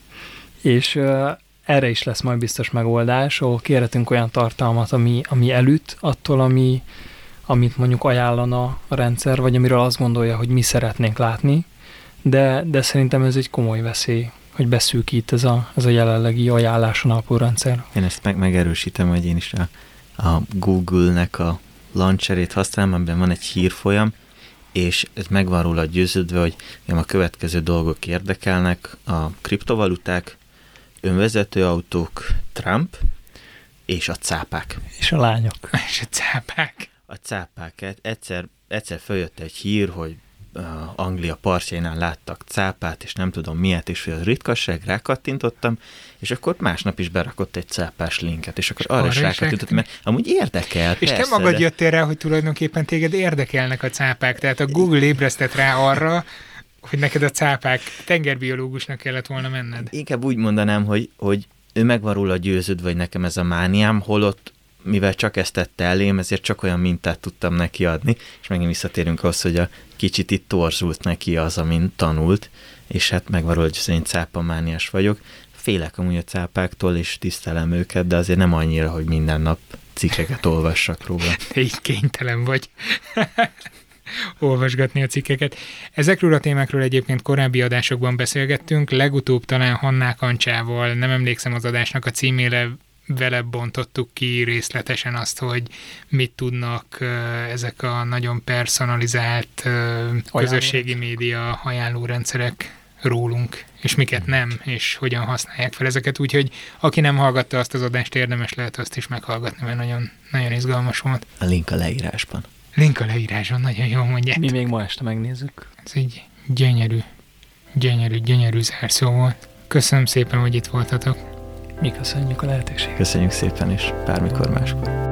és erre is lesz majd biztos megoldás, ahol kérhetünk olyan tartalmat, ami, ami elüt attól, ami, amit mondjuk ajánlana a rendszer, vagy amiről azt gondolja, hogy mi szeretnénk látni. De, de szerintem ez egy komoly veszély, hogy beszűkít ez a, ez a jelenlegi ajánláson alapuló rendszer. Én ezt meg, megerősítem, hogy én is a, a Google-nek a launcherét használom, amiben van egy hírfolyam, és ez meg van róla győződve, hogy a következő dolgok érdekelnek, a kriptovaluták, önvezető autók, Trump, és a cápák. És a lányok. És a cápák. A cápák. Egyszer, egyszer följött egy hír, hogy uh, Anglia partjainál láttak cápát, és nem tudom miért, és hogy az ritkaság, rákattintottam, és akkor másnap is berakott egy cápás linket, és akkor és arra is rákattintottam, mert amúgy érdekel. És persze, te magad de... jöttél rá, hogy tulajdonképpen téged érdekelnek a cápák, tehát a Google ébresztett rá arra, hogy neked a cápák, tengerbiológusnak kellett volna menned. Inkább úgy mondanám, hogy, hogy ő meg van róla győződve, hogy nekem ez a mániám, holott mivel csak ezt tette elém, ezért csak olyan mintát tudtam neki adni, és megint visszatérünk ahhoz, hogy a kicsit itt torzult neki az, amin tanult, és hát megvan, hogy én cápamániás vagyok. Félek amúgy a cápáktól, és tisztelem őket, de azért nem annyira, hogy minden nap cikkeket olvassak róla. Így kénytelen vagy olvasgatni a cikkeket. Ezekről a témákról egyébként korábbi adásokban beszélgettünk, legutóbb talán Hannák Ancsával, nem emlékszem az adásnak a címére, vele bontottuk ki részletesen azt, hogy mit tudnak ezek a nagyon personalizált közösségi média ajánlórendszerek rólunk, és miket nem, és hogyan használják fel ezeket, úgyhogy aki nem hallgatta azt az adást, érdemes lehet azt is meghallgatni, mert nagyon, nagyon izgalmas volt. A link a leírásban. Link a leírásban, nagyon jól mondják. Mi még ma este megnézzük. Ez egy gyönyörű, gyönyörű, gyönyörű zárszó volt. Köszönöm szépen, hogy itt voltatok. Mi köszönjük a lehetőséget. Köszönjük szépen, és bármikor máskor.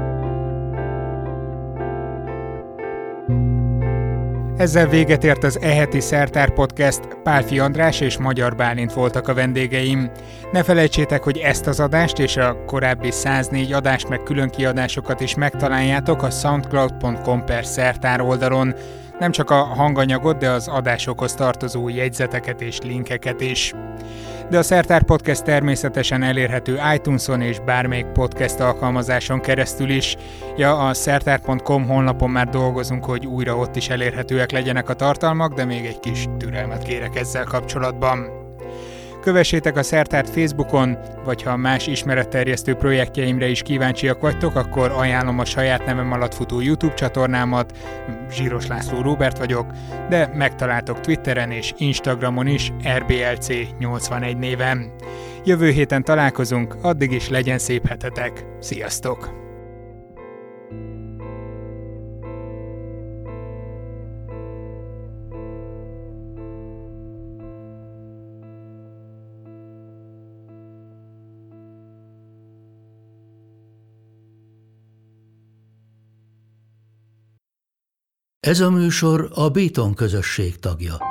Ezzel véget ért az e heti Szertár Podcast. Pálfi András és Magyar Bálint voltak a vendégeim. Ne felejtsétek, hogy ezt az adást és a korábbi száznégy adást meg külön kiadásokat is megtaláljátok a soundcloud pont com per szertár oldalon. Nem csak a hanganyagot, de az adásokhoz tartozó jegyzeteket és linkeket is. De a Szertár Podcast természetesen elérhető iTunes-on és bármelyik podcast alkalmazáson keresztül is. Ja, a szertár pont com honlapon már dolgozunk, hogy újra ott is elérhetőek legyenek a tartalmak, de még egy kis türelmet kérek ezzel kapcsolatban. Kövessétek a Szertárt Facebookon, vagy ha más ismeretterjesztő projektjeimre is kíváncsiak vagytok, akkor ajánlom a saját nevem alatt futó YouTube csatornámat, Zsíros László Róbert vagyok, de megtaláltok Twitteren és Instagramon is er bé el cé nyolcvanegy néven. Jövő héten találkozunk, addig is legyen szép hetetek. Sziasztok! Ez a műsor a Béton közösség tagja.